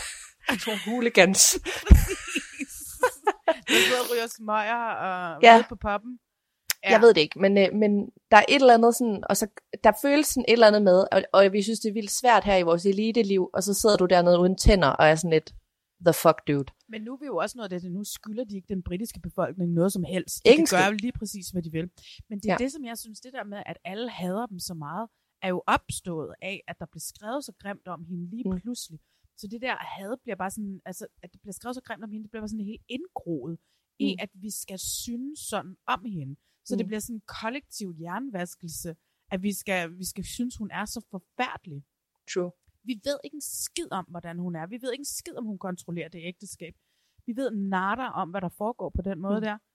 Jeg tror hooligans. Præcis. Du sidder og ryger smøger og ja. ude på poppen. Ja. Jeg ved det ikke, men, øh, men der er et eller andet sådan, og så der føles sådan et eller andet med, og, og vi synes, det er vildt svært her i vores elite-liv, og så sidder du dernede uden tænder, og er sådan lidt, the fuck, dude. Men nu er vi jo også noget af det, nu skylder de ikke den britiske befolkning noget som helst. De kan gøre lige præcis, hvad de vil. Men det er ja. det, som jeg synes, det der med, at alle hader dem så meget, er jo opstået af, at der blev skrevet så grimt om hende lige mm. pludselig. Så det der had bliver bare sådan, altså, at det bliver skrevet så grimt om hende, det bliver bare sådan helt indgroet mm. i, at vi skal synes sådan om hende. Så mm. det bliver sådan en kollektiv hjernevaskelse, at vi skal, vi skal synes, hun er så forfærdelig. True. Vi ved ikke en skid om, hvordan hun er. Vi ved ikke en skid, om hun kontrollerer det ægteskab. Vi ved nada om, hvad der foregår på den måde mm. der.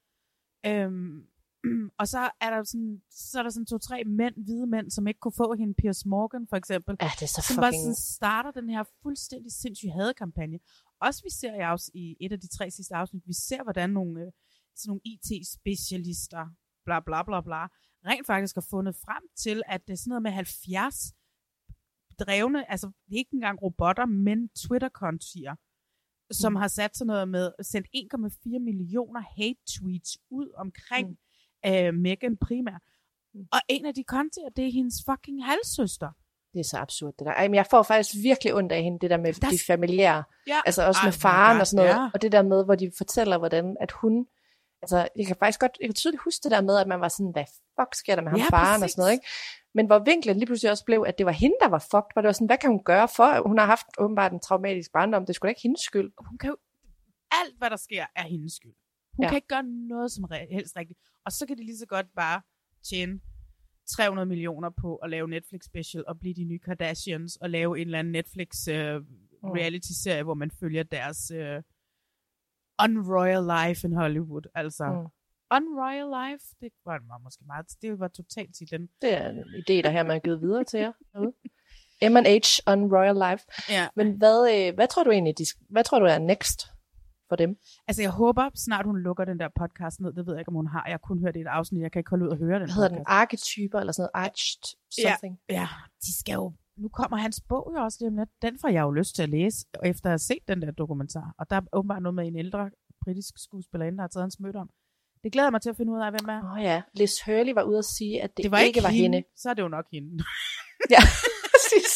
Øhm, og så er der sådan, så er der sådan to-tre mænd, hvide mænd, som ikke kunne få hende, Piers Morgan for eksempel. Ja, det er så som fucking... bare sådan starter den her fuldstændig sindssyge hadekampagne. Også vi ser i, afs- i et af de tre sidste afsnit, vi ser, hvordan nogle, øh, sådan nogle I T-specialister, bla bla bla bla, rent faktisk har fundet frem til, at det er sådan noget med halvfjerds drevne, altså det er ikke engang robotter, men Twitter-kontier, som mm. har sat sådan noget med, sendt en komma fire millioner hate-tweets ud omkring mm. øh, Meghan primært. Mm. Og en af de kontier, det er hendes fucking halvsøster. Det er så absurd, det der. Ej, men jeg får faktisk virkelig ondt af hende, det der med der... de familiære. Ja. Altså også Ej, med faren og sådan noget. Ja. Og det der med, hvor de fortæller, hvordan at hun... Altså, jeg kan faktisk godt... Jeg kan tydeligt huske det der med, at man var sådan, hvad fuck sker der med ham ja, faren præcis. Og sådan noget, ikke? Men hvor vinklen lige pludselig også blev, at det var hende, der var fucked. Hvor det var sådan, hvad kan hun gøre for? Hun har haft åbenbart en traumatisk barndom. Det skulle da ikke hendes skyld. Hun kan jo... Alt, hvad der sker, er hendes skyld. Hun ja. kan ikke gøre noget som helst rigtigt. Og så kan de lige så godt bare tjene tre hundrede millioner på at lave Netflix special og blive de nye Kardashians og lave en eller anden Netflix uh, reality-serie, hvor man følger deres uh, unroyal life in Hollywood. Altså, mm. unroyal life, det var måske meget, det var totalt titlen. Det er en idé, der her man har givet videre til jer. M and H, unroyal life. Ja. Men hvad, hvad tror du egentlig, de, hvad tror du er next for dem? Altså jeg håber snart hun lukker den der podcast ned. Det ved jeg ikke om hun har. Jeg har kun hørt det i et afsnit. Jeg kan ikke holde ud og høre den. Hvad hedder den? Archetyper eller sådan noget? Arched something? Ja, ja, de skal jo... Nu kommer hans bog jo også lige om lidt. Den får jeg jo lyst til at læse, efter at have set den der dokumentar. Og der er åbenbart noget med en ældre britisk skuespillerinde, der har taget hans møde om. Det glæder mig til at finde ud af, hvem er. Åh oh ja, Liz Hurley var ude at sige, at det, det var ikke, ikke var hende. hende. Så er det jo nok hende. Ja, præcis.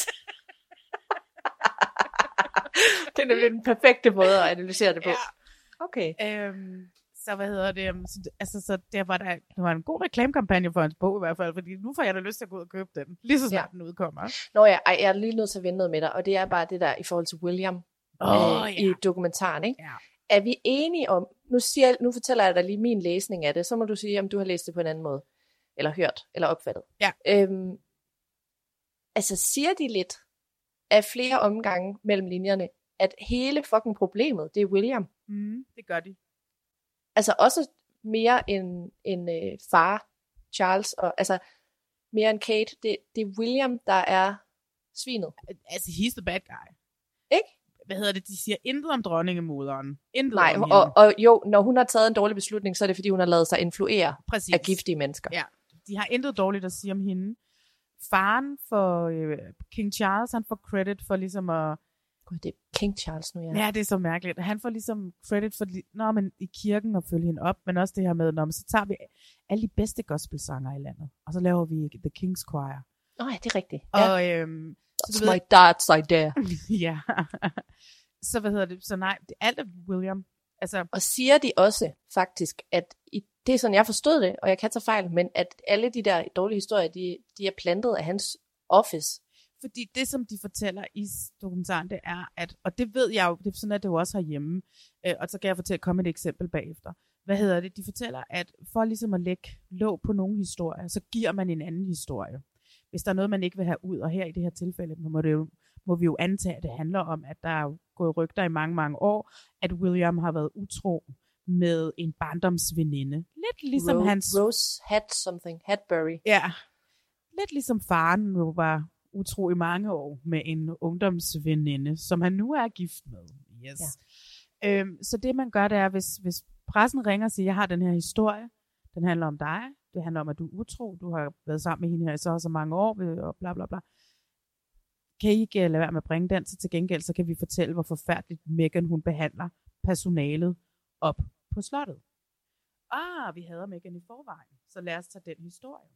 Det er nemlig den perfekte måde at analysere det på. Ja. Okay. Øhm, så hvad hedder det? Så, altså, så der var der, det var en god reklamekampagne for hans bog i hvert fald, fordi nu får jeg da lyst til at gå ud og købe den, lige så snart ja. den udkommer. Nå ja, ej, jeg er lige nødt til at vende noget med dig, og det er bare det der i forhold til William oh, øh, ja. i dokumentaren, ikke? Ja. Er vi enige om, nu, siger, nu fortæller jeg dig lige min læsning af det, så må du sige, om du har læst det på en anden måde, eller hørt, eller opfattet. Ja. Øhm, altså siger de lidt af flere omgange mellem linjerne, at hele fucking problemet, det er William. Mm, det gør de. Altså også mere end, end øh, far, Charles, og altså mere end Kate. Det, det er William, der er svinet. Altså, he's the bad guy. Ikke? Hvad hedder det? De siger intet om dronningemoderen. Intet Nej, om og, og jo, når hun har taget en dårlig beslutning, så er det, fordi hun har ladet sig influere Præcis. af giftige mennesker. Ja, de har intet dårligt at sige om hende. Faren for øh, King Charles, han får credit for ligesom at... Gud, det er King Charles nu, ja. Ja, det er så mærkeligt. Han får ligesom credit for, når man i kirken og følge hende op, men også det her med, når man, så tager vi alle de bedste gospelsanger i landet, og så laver vi The King's Choir. Åh, oh, ja, det er rigtigt. Og, ja. øhm, That's så, my dad's idea. Ja. Så hvad hedder det? Så nej, det er alt af William. Altså, og siger de også faktisk, at i, det er sådan, jeg forstod det, og jeg kan tage fejl, men at alle de der dårlige historier, de, de er plantet af hans office. Fordi det, som de fortæller i dokumentaren, det er, at, og det ved jeg jo, det er sådan, at det jo også herhjemme, øh, og så kan jeg fortælle, komme et eksempel bagefter. Hvad hedder det? De fortæller, at for ligesom at lægge låg på nogle historier, så giver man en anden historie. Hvis der er noget, man ikke vil have ud, og her i det her tilfælde, må, det jo, må vi jo antage, at det handler om, at der er gået rygter i mange, mange år, at William har været utro med en barndomsveninde. Lidt ligesom Rose, hans... Rose had something, Hadbury. Ja, lidt ligesom faren jo var utro i mange år med en ungdomsveninde, som han nu er gift med. Yes. Ja. Øhm, så det man gør, det er, hvis, hvis pressen ringer og siger, jeg har den her historie, den handler om dig, det handler om, at du er utro, du har været sammen med hende her i så og så mange år, og bla bla bla. Kan I ikke lade være med at bringe den, så til gengæld, så kan vi fortælle, hvor forfærdeligt Meghan, hun behandler personalet op på slottet. Ah, vi hader Meghan i forvejen, så lad os tage den historie.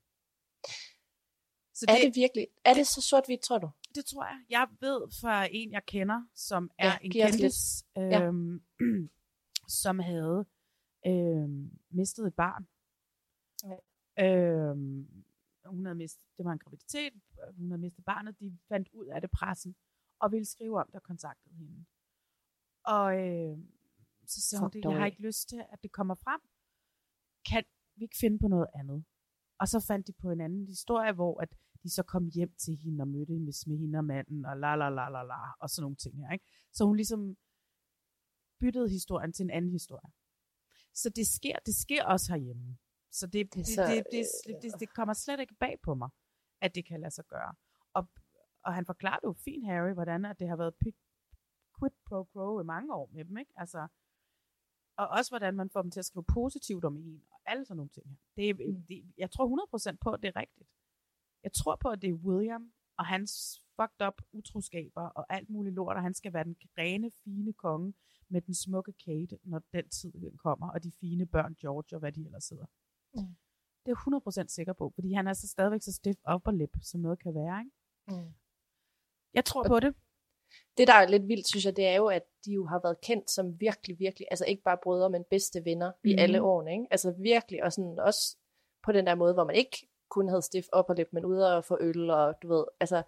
Så det, er det virkelig, er det så sort-hvidt, tror du? Det tror jeg. Jeg ved fra en, jeg kender, som er ja, en kendis, øhm, ja. som havde øhm, mistet et barn. Ja. Øhm, hun havde mistet, det var en graviditet, hun havde mistet barnet, de fandt ud af det pressen, og ville skrive om det og kontaktede hende. Og øh, så sagde hun det, jeg har ikke lyst til, at det kommer frem. Kan vi ikke finde på noget andet? Og så fandt de på en anden historie, hvor at de så kom hjem til hende og mødte hende med hende og manden, og la la la la la, og sådan nogle ting her, ikke? Så hun ligesom byttede historien til en anden historie. Så det sker, det sker også herhjemme. Så det, det, så, det, det, det, det, det kommer slet ikke bag på mig, at det kan lade sig gøre. Og, og han forklarede jo fint, Harry, hvordan at det har været quid pro quo i mange år med dem, ikke? Altså, og også hvordan man får dem til at skrive positivt om en, og alle sådan nogle ting. Det, det, jeg tror hundrede procent på, at det er rigtigt. Jeg tror på, at det er William og hans fucked up utroskaber og alt muligt lort, og han skal være den rene, fine konge med den smukke Kate, når den tid kommer, og de fine børn, George og hvad de ellers sidder. Mm. Det er jeg hundrede procent sikker på, fordi han er så stadigvæk så stiff upper lip, som noget kan være, ikke? Mm. Jeg tror på det. Det, der er lidt vildt, synes jeg, det er jo, at de jo har været kendt som virkelig, virkelig, altså ikke bare brødre, men bedste venner mm. i alle årene, ikke? Altså virkelig, og sådan også på den der måde, hvor man ikke kun havde stiff upper lip, men ude og få øl, og du ved, altså...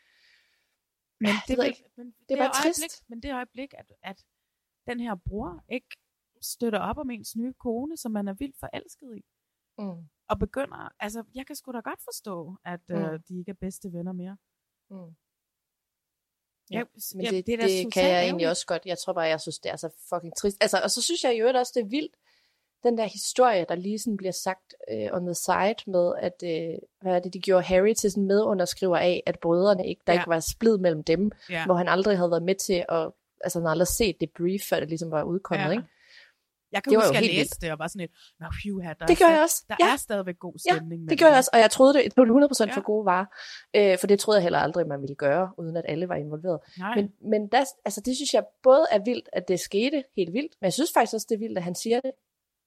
Men det, det, ikke, men det, det er bare trist. Øjeblik, men det øjeblik, at, at den her bror ikke støtter op om ens nye kone, som man er vildt forelsket i, mm. og begynder, altså jeg kan sgu da godt forstå, at mm. øh, de ikke er bedste venner mere. Mm. Ja, men det, det, det, det kan jeg egentlig også godt. Jeg tror bare, jeg synes, det er så fucking trist. Altså, og så synes jeg jo også, det er vildt, den der historie, der lige sådan bliver sagt uh, on the side med, at, uh, hvad er det, de gjorde Harry til sådan medunderskriver af, at brødrene ikke, der ja. ikke var splid mellem dem, ja. hvor han aldrig havde været med til at, altså han aldrig set det brief, før det ligesom var udkommet, ja. ikke? Jeg kan det huske, at jeg læste det, og var sådan et, nå, phew, her, der, det er, jeg også. der ja. er stadigvæk god stemning. Ja, det gjorde jeg også, og jeg troede det på hundrede procent ja. for gode varer, øh, for det troede jeg heller aldrig, man ville gøre, uden at alle var involveret. Nej. Men, men der, altså, det synes jeg både er vildt, at det skete helt vildt, men jeg synes faktisk også, det er vildt, at han siger det.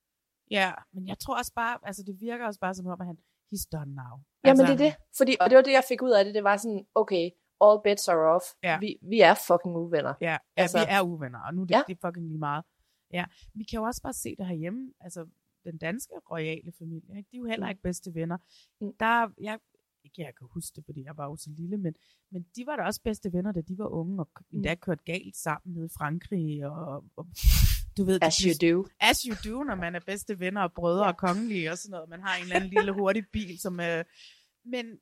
Ja, men jeg tror også bare, altså det virker også bare som om, at han, he's done now. Ja, altså, men det er det, fordi, og det var det, jeg fik ud af det, det var sådan, okay, all bets are off, ja. vi, vi er fucking uvenner. Ja, ja altså, vi er uvenner, og nu er det, ja. det er fucking lige meget. Ja, vi kan jo også bare se det herhjemme, altså den danske royale familie, ikke? De er jo heller ikke bedste venner. Mm. Der, jeg, ikke jeg kan huske det, fordi jeg var jo så lille, men, men de var da også bedste venner, da de var unge, og endda mm. kørte galt sammen nede i Frankrig, og, og du ved, as you do. As you do, når man er bedste venner og brødre ja. og kongelige og sådan noget. Man har en eller anden lille hurtig bil, som øh, men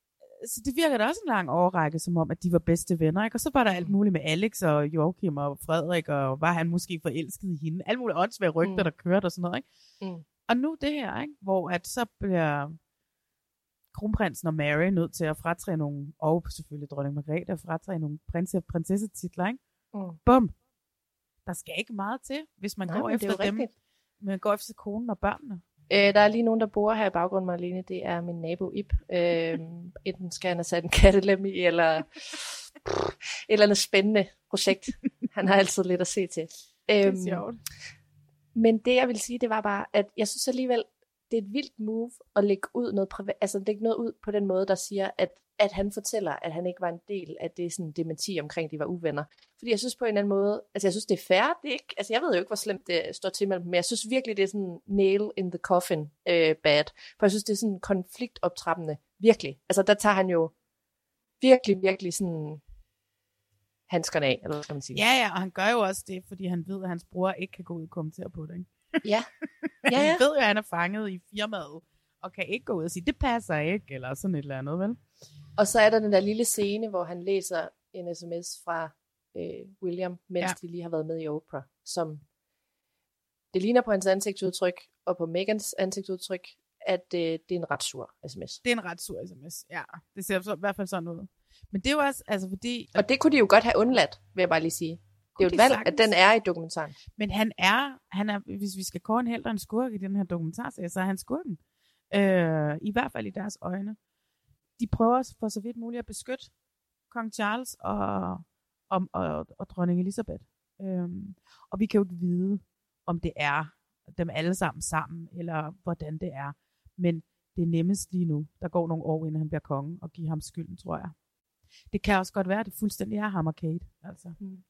så det virker da også en lang overrække, som om, at de var bedste venner, ikke? Og så var der alt muligt med Alex og Joachim og Frederik, og var han måske forelsket i hende. Alle mulige åndsvære rygter, mm. der kørte og sådan noget, ikke? Mm. Og nu det her, ikke? Hvor at så bliver kronprinsen og Mary nødt til at fratræde nogle, og selvfølgelig dronning Margrethe, at fratræde nogle prins- og prinsessetitler, ikke? Mm. Bum! Der skal ikke meget til, hvis man Nej, går efter dem. Rigtigt. Man går efter konen og børnene. Øh, der er lige nogen, der bor her i baggrunden, Marlene. Det er min nabo Ib. Øh, enten skal han have sat en kattelem i, eller pff, et eller andet spændende projekt. Han har altid lidt at se til. Det er øhm, sjovt. Men det, jeg vil sige, det var bare, at jeg synes alligevel, det er et vildt move at lægge ud noget privat, altså lægge noget ud på den måde, der siger, at, at han fortæller, at han ikke var en del af det sådan dementi omkring, de var uvenner. Fordi jeg synes på en eller anden måde, altså jeg synes, det er fair, det er ikke, altså jeg ved jo ikke, hvor slemt det står til mellem dem, men jeg synes virkelig, det er sådan nail in the coffin uh, bad. For jeg synes, det er sådan konfliktoptrappende, virkelig. Altså der tager han jo virkelig, virkelig sådan handskerne af, eller hvad skal man sige. Ja, ja, og han gør jo også det, fordi han ved, at hans bror ikke kan gå ud og kommentere på det, ikke? Ja. ja, ja. Han ved jo, at han er fanget i firmaet, og kan ikke gå ud og sige, det passer ikke, eller sådan et eller andet, vel? Og så er der den der lille scene, hvor han læser en sms fra øh, William, mens ja. de lige har været med i Oprah, som det ligner på hans ansigtsudtryk, og på Megans ansigtsudtryk, at øh, det er en ret sur sms. Det er en ret sur sms, ja. Det ser så, i hvert fald sådan ud. Men det er jo også, altså fordi... Og det kunne de jo godt have undladt, vil jeg bare lige sige. Det er jo et valg, at den er i dokumentaren. Men han er, han er, hvis vi skal kåre en helt og en skurk i den her dokumentarserie, så er han skurken. Øh, I hvert fald i deres øjne. De prøver for så vidt muligt at beskytte kong Charles og, og, og, og dronning Elizabeth. Øh, og vi kan jo ikke vide, om det er dem alle sammen sammen, eller hvordan det er. Men det er nemmest lige nu. Der går nogle år, inden han bliver konge, og giver ham skylden, tror jeg. Det kan også godt være, at det fuldstændig er ham og Kate. Altså. Mm.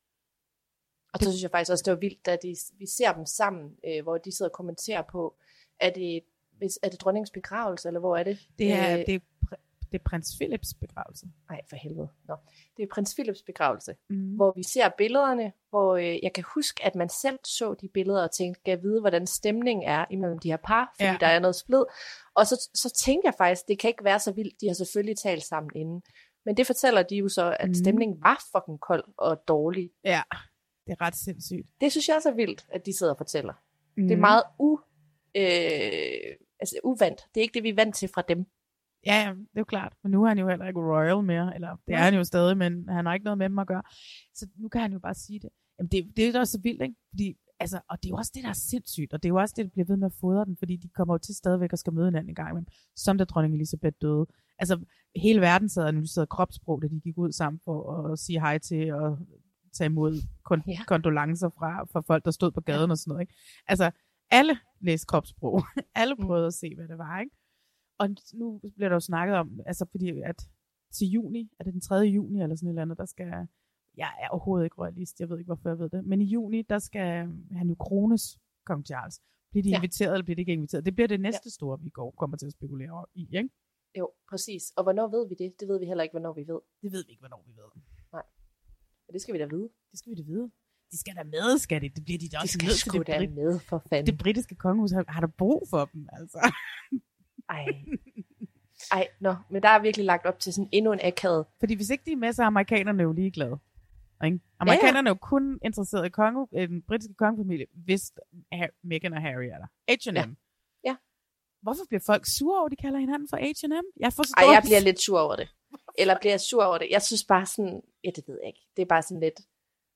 Og så synes jeg faktisk også, det var vildt, at de, vi ser dem sammen, øh, hvor de sidder og kommenterer på, er det, er det dronningens begravelse, eller hvor er det? Det er, øh, det er, det er prins Philips begravelse. Nej, for helvede. Nå. Det er prins Philips begravelse, mm. hvor vi ser billederne, hvor øh, jeg kan huske, at man selv så de billeder og tænkte, kan jeg vide, hvordan stemningen er imellem de her par, fordi ja. der er noget splid. Og så, så tænkte jeg faktisk, det kan ikke være så vildt, de har selvfølgelig talt sammen inden. Men det fortæller de jo så, at mm. stemningen var fucking kold og dårlig. Ja. Det er ret sindssygt. Det synes jeg også er vildt, at de sidder og fortæller. Mm. Det er meget u, øh, altså uvandt. Det er ikke det, vi er vant til fra dem. Ja, ja, det er jo klart. Men nu er han jo heller ikke royal mere. Eller det er han jo stadig, men han har ikke noget med dem at gøre. Så nu kan han jo bare sige det. Jamen det, det er jo også så vildt, ikke? Fordi, altså, og det er jo også det, der er sindssygt. Og det er jo også det, der bliver ved med at fodre den. Fordi de kommer jo til stadigvæk og skal møde hinanden en gang imellem. Som da dronning Elizabeth døde. Altså, hele verden sad og analyserede kropssprog, da de gik ud sammen for at sige hej til og tage imod kon- ja. kondolencer fra, fra folk, der stod på gaden ja. og sådan noget. Ikke? Altså, alle læste kropssprog. alle prøvede mm. at se, hvad det var. Ikke? Og nu bliver der jo snakket om, altså fordi at til juni, er det den tredje juni eller sådan et eller andet, der skal, jeg er overhovedet ikke royalist, jeg ved ikke, hvorfor jeg ved det, men i juni, der skal han jo krones, kong Charles. Bliver de ja. inviteret, eller bliver de ikke inviteret? Det bliver det næste ja. store, vi går kommer til at spekulere over i, ikke? Jo, præcis. Og hvornår ved vi det? Det ved vi heller ikke, hvornår vi ved. Det ved vi ikke, hvornår vi ved. Nej. Men det skal vi da vide. Det skal vi da vide. De skal da med, skal det? Det bliver de da også nødt til. De skal sgu da med, for fanden. Det britiske kongehus har, har der brug for dem, altså. Ej. Ej, nå, men der er virkelig lagt op til sådan endnu en akavet. Fordi hvis ikke de er med, så er amerikanerne jo ligeglade. Ikke? Amerikanerne ja, ja. er jo kun interesseret i konge, den britiske kongefamilie, hvis Meghan og Harry er der. H and M. Ja. ja. Hvorfor bliver folk sure over, de kalder hinanden for H and M? Jeg forstår Ej, jeg bliver lidt sur over det. Eller bliver jeg sur over det? Jeg synes bare sådan, ja, det ved jeg ikke. Det er bare sådan lidt.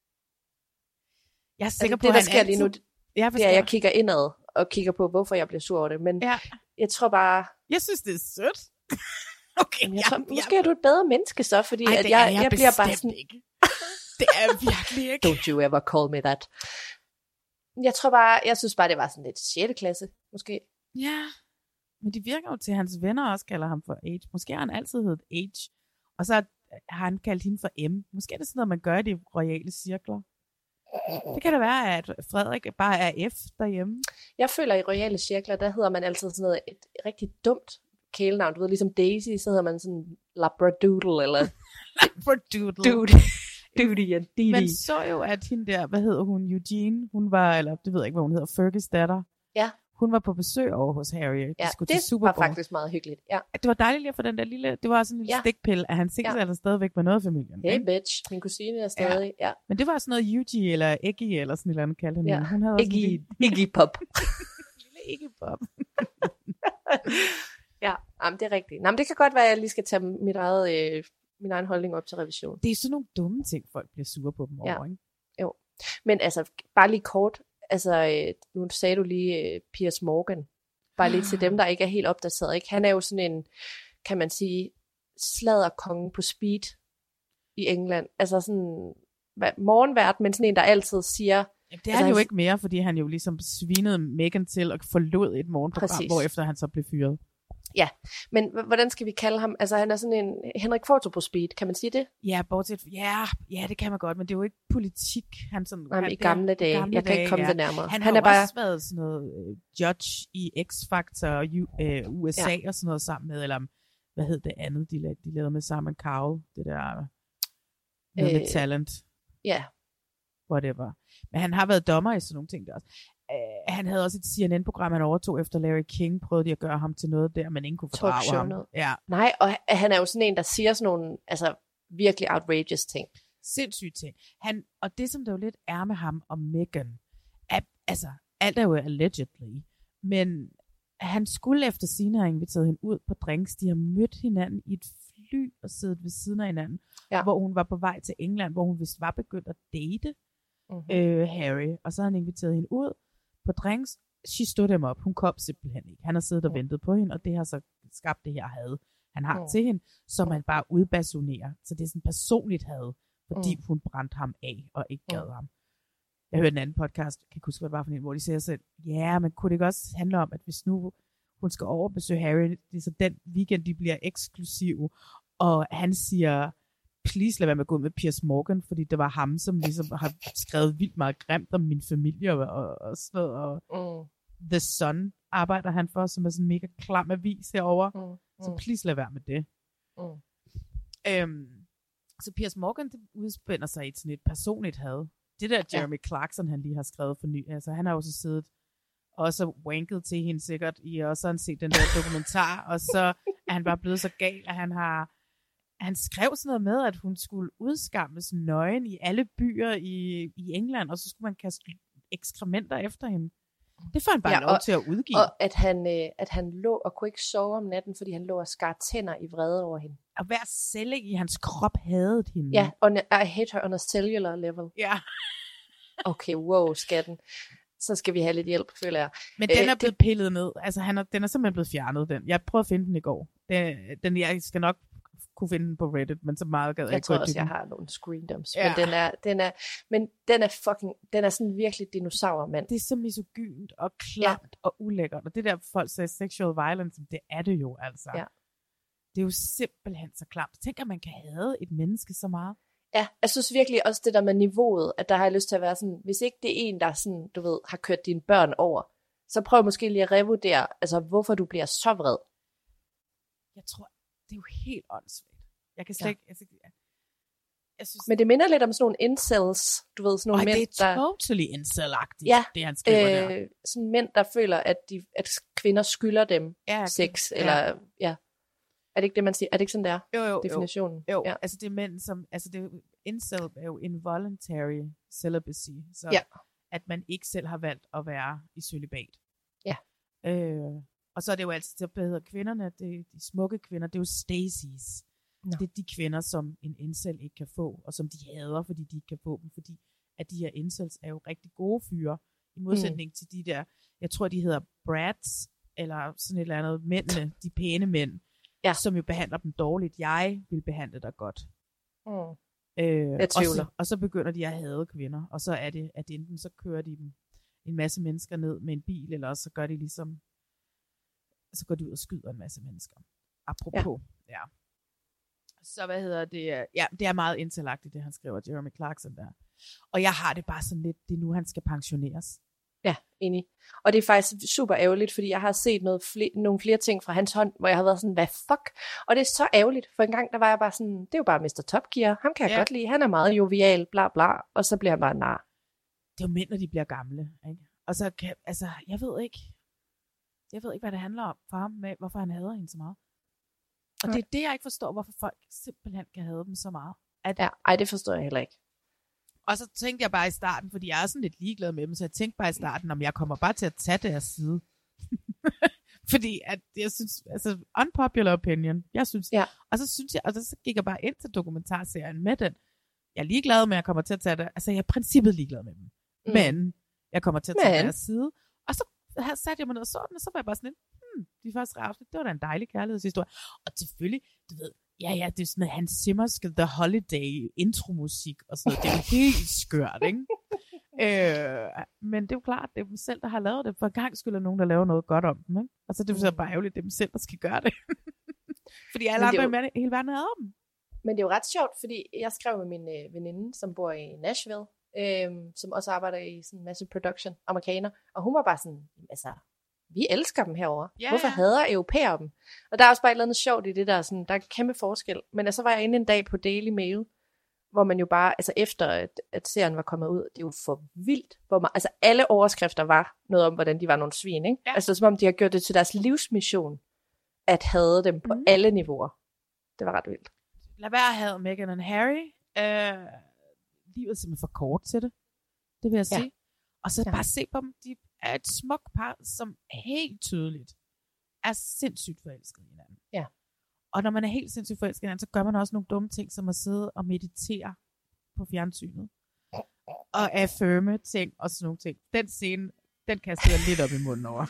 Jeg er sikker altså, på, det, der sker altid... lige nu, jeg det er, at jeg kigger indad og kigger på, hvorfor jeg bliver sur over det. Men ja. jeg tror bare... Jeg synes, det er sødt. Okay, jeg tror, ja, måske ja. er du et bedre menneske så, fordi Ej, at jeg, jeg, jeg bliver bare sådan... Ikke. Det er virkelig ikke. Don't you ever call me that. Jeg tror bare, jeg synes bare, det var sådan lidt sjette klasse, måske. Ja, men de virker jo til, at hans venner også kalder ham for H. Måske har han altid heddet H, og så har han kaldt hende for M. Måske er det sådan noget, man gør i de royale cirkler. Det kan da være, at Frederik bare er F derhjemme. Jeg føler, i royale cirkler, der hedder man altid sådan noget et rigtig dumt kælenavn. Du ved, ligesom Daisy, så hedder man sådan Labradoodle, eller... Labradoodle. Dude. Duty and Didi. Man så jo, at hende der, hvad hedder hun, Eugene, hun var, eller det ved jeg ikke, hvad hun hedder, Fergus datter. Ja. Hun var på besøg over hos Harry. De ja, skulle det til Super Bowl. Var faktisk meget hyggeligt. Ja. Det var dejligt lige at få den der lille, det var sådan en lille ja. stikpille, at han sikkert ja. altså stadigvæk var noget af familien. Hey ikke? bitch, min kusine er stadig, ja. ja. Men det var sådan noget Yuji, eller Eggy, eller sådan et eller andet kaldte hende. Ja. Hun havde også Iggy, lille... Iggy Pop. lille Iggy Pop. ja, jamen, det er rigtigt. Nå, men det kan godt være, at jeg lige skal tage mit eget... Øh, min egen holdning op til revision. Det er sådan nogle dumme ting, folk bliver sure på dem over, ja. ikke? Jo. Men altså, bare lige kort, altså, øh, nu sagde du lige øh, Piers Morgan, bare lige til dem, der ikke er helt opdateret, ikke? Han er jo sådan en, kan man sige, sladderkonge på speed i England. Altså sådan, morgenvært, men sådan en, der altid siger... Jamen, det er altså, han jo ikke mere, fordi han jo ligesom svinede Meghan til og forlod et morgenprogram, hvorefter han så blev fyret. Ja, men hvordan skal vi kalde ham? Altså, han er sådan en Henrik Fortrup på speed, kan man sige det? Ja, bortset ja, ja, det kan man godt, men det er jo ikke politik. Han sådan, Jamen, han, i gamle dage, gamle jeg kan dage, ikke komme ja. det nærmere. Han, han har er bare... også været sådan noget uh, judge i X-Factor og uh, U S A ja. og sådan noget sammen med, eller hvad hed det andet, de lavede, de lavede med Simon Cowell, det der noget øh, med talent. Ja. Whatever. Men han har været dommer i sådan nogle ting der også. Uh, han havde også et C N N-program, han overtog efter Larry King, prøvede de at gøre ham til noget der, men ingen kunne fordrage ham. Noget. Ja. Nej, og han er jo sådan en, der siger sådan nogle altså, virkelig outrageous ting. Sindssygt ting. Han, og det, som der jo lidt er med ham og Meghan, er, altså, alt er jo allegedly, men han skulle efter sine have inviteret hende ud på drinks. De har mødt hinanden i et fly og siddet ved siden af hinanden, ja. hvor hun var på vej til England, hvor hun vist var begyndt at date mm-hmm. øh, Harry, og så har han inviteret hende ud på drinks. She stood him up. Hun kom simpelthen ikke. Han har siddet og mm. ventet på hende, og det har så skabt det her had, han har mm. til hende, som han bare udbasunerer. Så det er sådan personligt had, fordi mm. hun brændte ham af og ikke gad mm. ham. Jeg hørte en anden podcast, jeg kan ikke huske, hvad det var for en, hvor de siger selv, ja, men kunne det ikke også handle om, at hvis nu hun skal over og besøge Harry, det er så den weekend, de bliver eksklusive, og han siger, please lad være med at gå ud med Piers Morgan, fordi det var ham, som ligesom har skrevet vildt meget grimt om min familie og, og, og sådan noget, og mm. The Sun arbejder han for, som er sådan en mega klam avis herovre, mm. Mm. så please lad være med det. Mm. Øhm, så Piers Morgan, det udspænder sig i sådan et personligt had. Det der Jeremy ja. Clarkson, han lige har skrevet for ny, altså han har også siddet og så wanket til hende sikkert i, og så har han set den der dokumentar, og så er han bare blevet så gal, at han har han skrev sådan noget med, at hun skulle udskammes nøgen i alle byer i, i England, og så skulle man kaste ekskrementer efter hende. Det får han bare ja, lov og, til at udgive. Og at han, øh, at han lå og kunne ikke sove om natten, fordi han lå og skar tænder i vrede over hende. Og hver celle i hans krop hadede hende. Ja, og I hate her on a cellular level. Ja. Okay, wow, skatten. så skal vi have lidt hjælp, føler jeg. Men den er øh, blevet det... pillet ned. Altså, han er, den er simpelthen blevet fjernet, den. Jeg prøvede at finde den i går. Den, den jeg skal nok kunne finde den på Reddit, men så meget gad jeg, jeg ikke tror gå også, til jeg den. har nogle screendumps, Ja. men den er, den er, men den er fucking, den er sådan virkelig dinosaurmand. Det er så misogynt og klamt ja. og ulækkert. Og det der, folk siger sexual violence, det er det jo altså. Ja. Det er jo simpelthen så klamt. Tænk, at man kan hade et menneske så meget. Ja, jeg synes virkelig også det der med niveauet, at der har jeg lyst til at være sådan, hvis ikke det er en, der sådan, du ved, har kørt dine børn over, så prøv måske lige at revurdere, altså hvorfor du bliver så vred. Jeg tror, det er jo helt åndssvagt. Jeg kan slet Ja. ikke... Altså, jeg synes, Men det minder lidt om sådan nogle incels, du ved, sådan nogle Øj, mænd, det er der... totally incel-agtigt, Ja, det han skriver øh, der. Øh, sådan mænd, der føler, at, de, at kvinder skylder dem Ja, sex, ja. eller ja. Er det ikke det, man siger? Er det ikke sådan, der? Jo, jo, Definitionen. Jo, jo. Ja. Altså det er mænd, som... Altså det er, jo- incel er jo involuntary celibacy, så Ja. at man ikke selv har valgt at være i cølibat. Ja. Øh, og så er det jo altid, hvad hedder kvinderne, det, de smukke kvinder, det er jo Stacy's. Nå. Det er de kvinder, som en incel ikke kan få, og som de hader, fordi de ikke kan få dem, fordi at de her incels er jo rigtig gode fyre, i modsætning mm. til de der, jeg tror, de hedder brats, eller sådan et eller andet, mændene, de pæne mænd, Ja. som jo behandler dem dårligt. Jeg vil behandle dig godt. Mm. Øh, Jeg og, tvivler. så, og så begynder de at hade kvinder, og så er det, at enten så kører de dem en masse mennesker ned med en bil, eller så gør de ligesom, så går de ud og skyder en masse mennesker. Apropos, ja. ja. Så hvad hedder det? Ja, det er meget intelligent, det han skriver, Jeremy Clarkson der. Og jeg har det bare sådan lidt, det er nu, han skal pensioneres. Ja, enig. Og det er faktisk super ærgerligt, fordi jeg har set noget fl- nogle flere ting fra hans hånd, hvor jeg har været sådan, hvad fuck? Og det er så ærgerligt, for en gang, der var jeg bare sådan, det er jo bare mister Top Gear, ham kan jeg Ja. godt lide, han er meget jovial, bla bla, og så bliver han bare nar. Det er jo mænd, når de bliver gamle, ikke? Og så kan, altså, jeg ved ikke, jeg ved ikke, hvad det handler om for ham, med, hvorfor han hader hende så meget. Og Nej. det er det, jeg ikke forstår, hvorfor folk simpelthen kan hade dem så meget. At, Ja, ej, det forstår jeg heller ikke. Og så tænkte jeg bare i starten, fordi jeg er sådan lidt ligeglad med dem, så jeg tænkte bare i starten, om jeg kommer bare til at tage deres side. Fordi at jeg synes, altså unpopular opinion, jeg synes, Ja. og så synes jeg, og så gik jeg bare ind til dokumentarserien med den. Jeg er ligeglad med, at jeg kommer til at tage det, altså jeg er i princippet ligeglad med dem. Mm. Men jeg kommer til at tage Men. deres side. Og så her satte jeg mig ned og så den, og så var jeg bare sådan lidt, hmm, de første afsnit, det var da en dejlig kærlighedshistorie. Og selvfølgelig, du ved, ja, ja, det er sådan noget Hans Zimmerske The Holiday intromusik og sådan noget. Det er jo helt skørt, ikke? øh, men det er jo klart, det er dem selv, der har lavet det. For en gang skulle der nogen, der laver noget godt om dem, ikke? Og så er det jo så bare ærgerligt, det er dem selv, der skal gøre det. Fordi alle andre jo... i hele verden hader dem. Men det er jo ret sjovt, fordi jeg skrev med min øh, veninde, som bor i Nashville, øh, som også arbejder i sådan en masse production, amerikaner, og hun var bare sådan, altså, vi elsker dem herovre. Ja, Hvorfor ja. hader europæere dem? Og der er også bare et eller andet sjovt i det der, sådan, der er kæmpe forskel. Men altså, så var jeg inde en dag på Daily Mail, hvor man jo bare, altså efter at, at serien var kommet ud, det er jo for vildt, hvor man, altså alle overskrifter var noget om, hvordan de var nogle svin, ikke? Ja. Altså som om de har gjort det til deres livsmission, at hade dem på Mhm. alle niveauer. Det var ret vildt. Lad være at have Meghan og Harry. Øh, livet er simpelthen for kort til det. Det vil jeg Ja. sige. Og så Ja. bare se på dem. De er et smukt par, som helt tydeligt er sindssygt forelsket i hinanden. Ja. Og når man er helt sindssygt forelsket i hinanden, så gør man også nogle dumme ting, som at sidde og meditere på fjernsynet. Og affirme ting og sådan nogle ting. Den scene, den kaster jeg lidt op i munden over.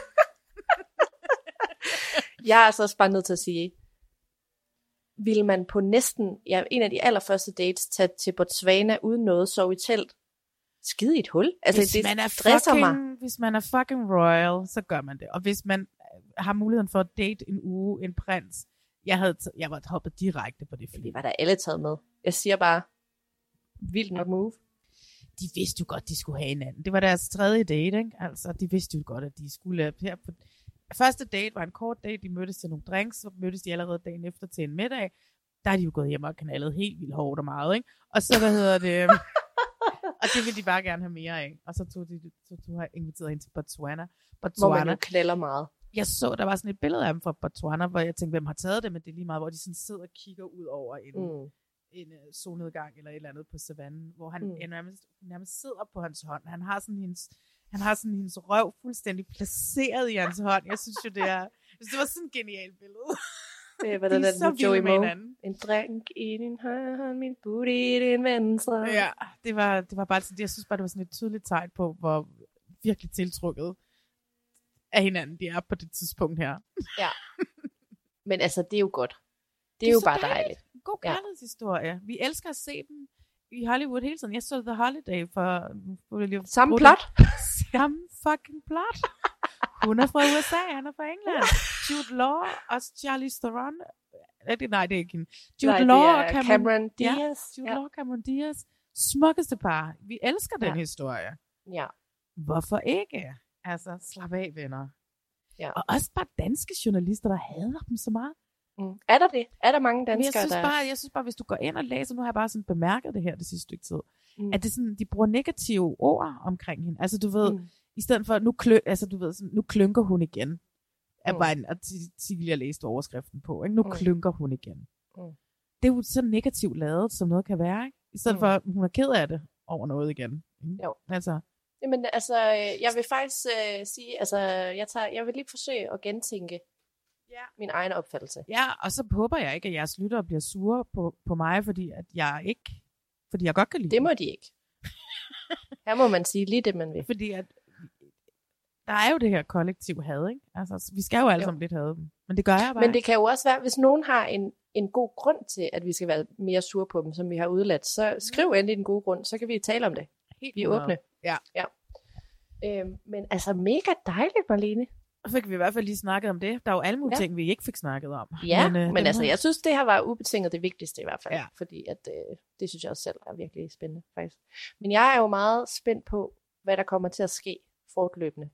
Jeg er altså også bare nødt til at sige, vil man på næsten, ja, en af de allerførste dates, tage til Botswana uden noget, sove i telt, skide i et hul? Altså, hvis, det man er stresser mig. fucking, hvis man er fucking royal, så gør man det. Og hvis man har muligheden for at date en uge, en prins, jeg, havde t- jeg var hoppet direkte på det fly. Det var der alle taget med. Jeg siger bare, vildt nok move. De vidste jo godt, de skulle have hinanden. Det var deres tredje date, ikke? Altså, de vidste jo godt, at de skulle her på... Første date var en kort date, de mødtes til nogle drinks, så mødtes de allerede dagen efter til en middag. Der er de jo gået hjem og knaldet helt vildt hårdt og meget, ikke? Og så, hvad hedder det... og det ville de bare gerne have mere af. Og så tog de, så tog jeg inviteret hende til Botswana. Botswana. Hvor man jo knaller meget. Jeg så, der var sådan et billede af dem fra Botswana, hvor jeg tænkte, hvem har taget det, men det er lige meget, hvor de sådan sidder og kigger ud over en, mm. en uh, solnedgang eller et eller andet på savannen, hvor han mm. nærmest, nærmest sidder på hans hånd. Han har sådan hendes, han har sådan hendes røv fuldstændig placeret i hans hånd. Jeg synes jo, det er, det var sådan et genialt billede. Det var de den er der så Joey vilde med Moe. hinanden. En drink i din højre hånd, min booty i din venstre. Ja, det var, det var bare sådan, jeg synes bare, det var sådan et tydeligt tegn på, hvor virkelig tiltrukket af hinanden, de er på det tidspunkt her. Ja. Men altså, det er jo godt. Det, det er, er jo så bare dejligt. dejligt. En god kærlighedshistorie. Ja. Vi elsker at se dem i Hollywood hele tiden. Jeg så The Holiday for... for Samme plot. Samme fucking plot. Hun er fra U S A, han er fra England. Jude Law og Charlize Theron. Nej, det er ikke hende. Jude Nej, Law det er og Cameron, Cameron Diaz. Ja, Jude Ja. Law og Cameron Diaz. Smukkeste par. Vi elsker den Ja. historie. Ja. Hvorfor ikke? Altså, slap af, venner. Ja. Og også bare danske journalister, der hader dem så meget. Mm. Er der det? Er der mange Men jeg danskere, synes, der... bare, jeg synes bare, hvis du går ind og læser, nu har jeg bare sådan bemærket det her det sidste stykke tid, Mm. at det sådan, de bruger negative ord omkring hende. Altså du ved, Mm. i stedet for, nu, klø, altså, du ved, sådan, nu klynker hun igen. Er Mm. bare en artikel, jeg læste overskriften på. Ikke? Nu Mm. klynker hun igen. Mm. Det er jo så negativt lavet, som noget kan være. Ikke? I stedet Mm. for, at hun er ked af det over noget igen. Ikke? Jo. Altså, Jamen, altså, øh, jeg vil faktisk øh, sige, altså, jeg, tager, jeg vil lige forsøge at gentænke ja. min egen opfattelse. Ja, og så håber jeg ikke, at jeres lyttere bliver sure på, på mig, fordi at jeg ikke, fordi jeg godt kan lide Det må de ikke. Her må man sige lige det, man vil. Fordi at, der er jo det her kollektiv had, ikke? Altså, vi skal jo alle Jo. sammen lidt have dem. Men det gør jeg bare Men det kan jo også være, hvis nogen har en, en god grund til, at vi skal være mere sure på dem, som vi har udladt, så skriv endelig en god grund, så kan vi tale om det. helt Vi er åbne. Ja. ja. Øhm, men altså mega dejligt, Marlene. Så fik vi i hvert fald lige snakket om det. Der er jo alle mulige Ja. ting, vi ikke fik snakket om. Ja, men, men, øh, men dem altså, har- jeg synes, det her var ubetinget det vigtigste i hvert fald. Ja. Fordi at, øh, det synes jeg også selv er virkelig spændende, faktisk. Men jeg er jo meget spændt på, hvad der kommer til at ske fortløbende.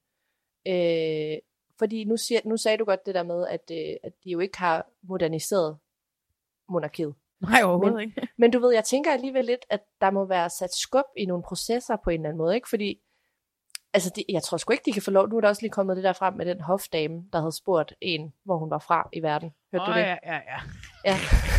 Øh, fordi nu, siger, nu sagde du godt det der med, at, øh, at de jo ikke har moderniseret monarkiet. Nej, overhovedet Men- ikke. Men du ved, jeg tænker alligevel lidt, at der må være sat skub i nogle processer på en eller anden måde, ikke? Fordi, altså, de, jeg tror sgu ikke, de kan få lov. Nu er der også lige kommet det der frem med den hofdame, der havde spurgt en, hvor hun var fra i verden. Hørte Åh, du det? ja, ja, ja. Ja.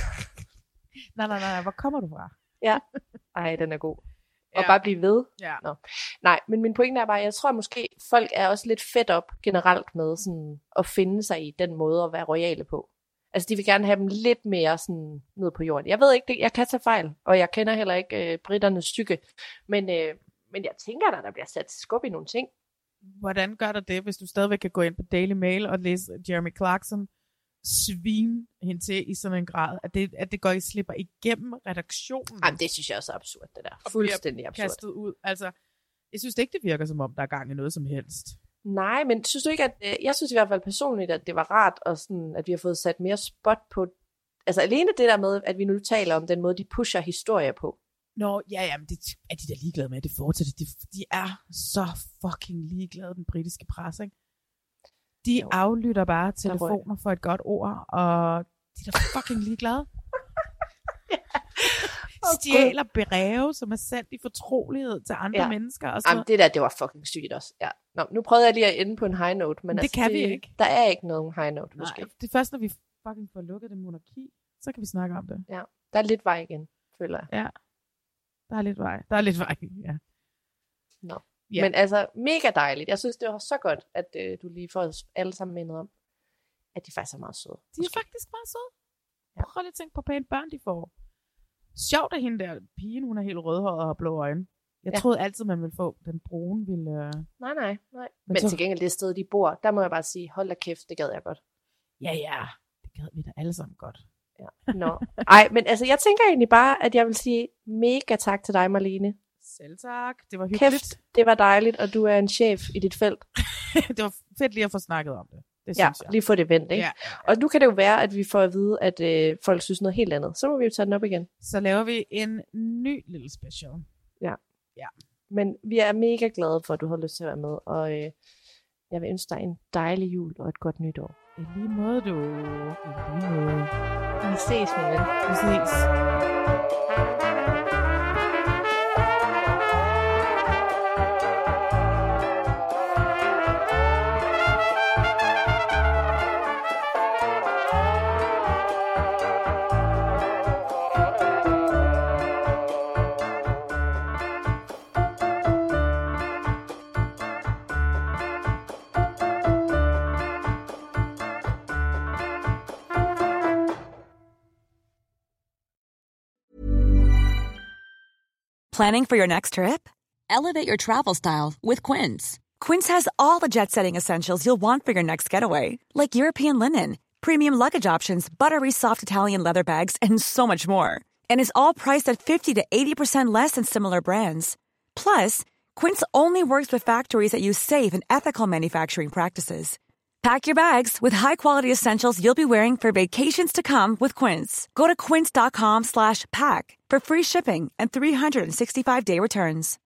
nej, nej, nej, hvor kommer du fra? Ej, den er god. Ja. Og bare blive ved. Ja. Nå. Nej, men min pointe er bare, jeg tror måske, folk er også lidt fedt op generelt med sådan, at finde sig i den måde at være royale på. Altså, de vil gerne have dem lidt mere sådan ned på jorden. Jeg ved ikke, det, jeg kan tage fejl, og jeg kender heller ikke øh, britternes psyke. Men, øh, men jeg tænker, at der bliver sat skub i nogle ting. Hvordan gør du det, hvis du stadigvæk kan gå ind på Daily Mail og læse Jeremy Clarkson svine hende til i sådan en grad, at det, at det går i slipper igennem redaktionen? Jamen, det synes jeg også er absurd, det der. Og Fuldstændig absurd. kastet ud. Altså, jeg synes ikke, det virker som om, der er gang i noget som helst. Nej, men synes du ikke, at... Øh, jeg synes i hvert fald personligt, at det var rart, og sådan, at vi har fået sat mere spot på... Altså alene det der med, at vi nu taler om den måde, de pusher historier på. Nå, ja, ja, men det er de der ligeglade med, det fortsætter. De, de er så fucking ligeglade, den britiske presse, ikke? De Jo. aflytter bare telefoner for et godt ord, og de er da fucking ligeglade. Stjæler breve, som er sendt i fortrolighed til andre Ja. mennesker. Og sådan Jamen, noget. det der, det var fucking sygt også. Ja. Nå, nu prøvede jeg lige at ende på en high note, men Det altså, kan vi ikke. Der er ikke nogen high note, måske. Nej, det er først, når vi fucking får lukket det monarki, så kan vi snakke om det. Ja. Der er lidt vej igen, føler jeg. Der er lidt vej. Der er lidt vej, ja. Nå. Ja. Men altså, mega dejligt. Jeg synes, det var så godt, at øh, du lige får os alle sammen mindet om, at de faktisk er meget søde. De er faktisk meget søde. Ja. Prøv lige at tænke på pæne børn, de får. Sjovt, at hende der pigen, hun er helt rødhåret og har blå øjne. Jeg Ja. troede altid, man ville få den brune ville... Øh... Nej, nej, nej. Men, Men Men så- til gengæld det sted, de bor, der må jeg bare sige, hold da kæft, det gad jeg godt. Ja, ja. Det gad vi da alle sammen godt. Ja. Nå. Ej, men altså, jeg tænker egentlig bare, at jeg vil sige mega tak til dig, Marlene. Selv tak. Det var hyggeligt. Kæft, det var dejligt, og du er en chef i dit felt. det var fedt lige at få snakket om det. Det Ja, synes jeg. lige få det vendt, ikke? Ja, Og nu kan det jo være, at vi får at vide, at øh, folk synes noget helt andet. Så må vi jo tage den op igen. Så laver vi en ny lille special. Men vi er mega glade for, at du har lyst til at være med, og øh, jeg vil ønske dig en dejlig jul og et godt nytår. I lige måde, du. I lige måde. Vi ses, min ven. Vi ses. Planning for your next trip? Elevate your travel style with Quince. Quince has all the jet-setting essentials you'll want for your next getaway, like European linen, premium luggage options, buttery soft Italian leather bags, and so much more. And is all priced at fifty to eighty percent less than similar brands. Plus, Quince only works with factories that use safe and ethical manufacturing practices. Pack your bags with high-quality essentials you'll be wearing for vacations to come with Quince. Go to quince.com slash pack for free shipping and three sixty-five day returns.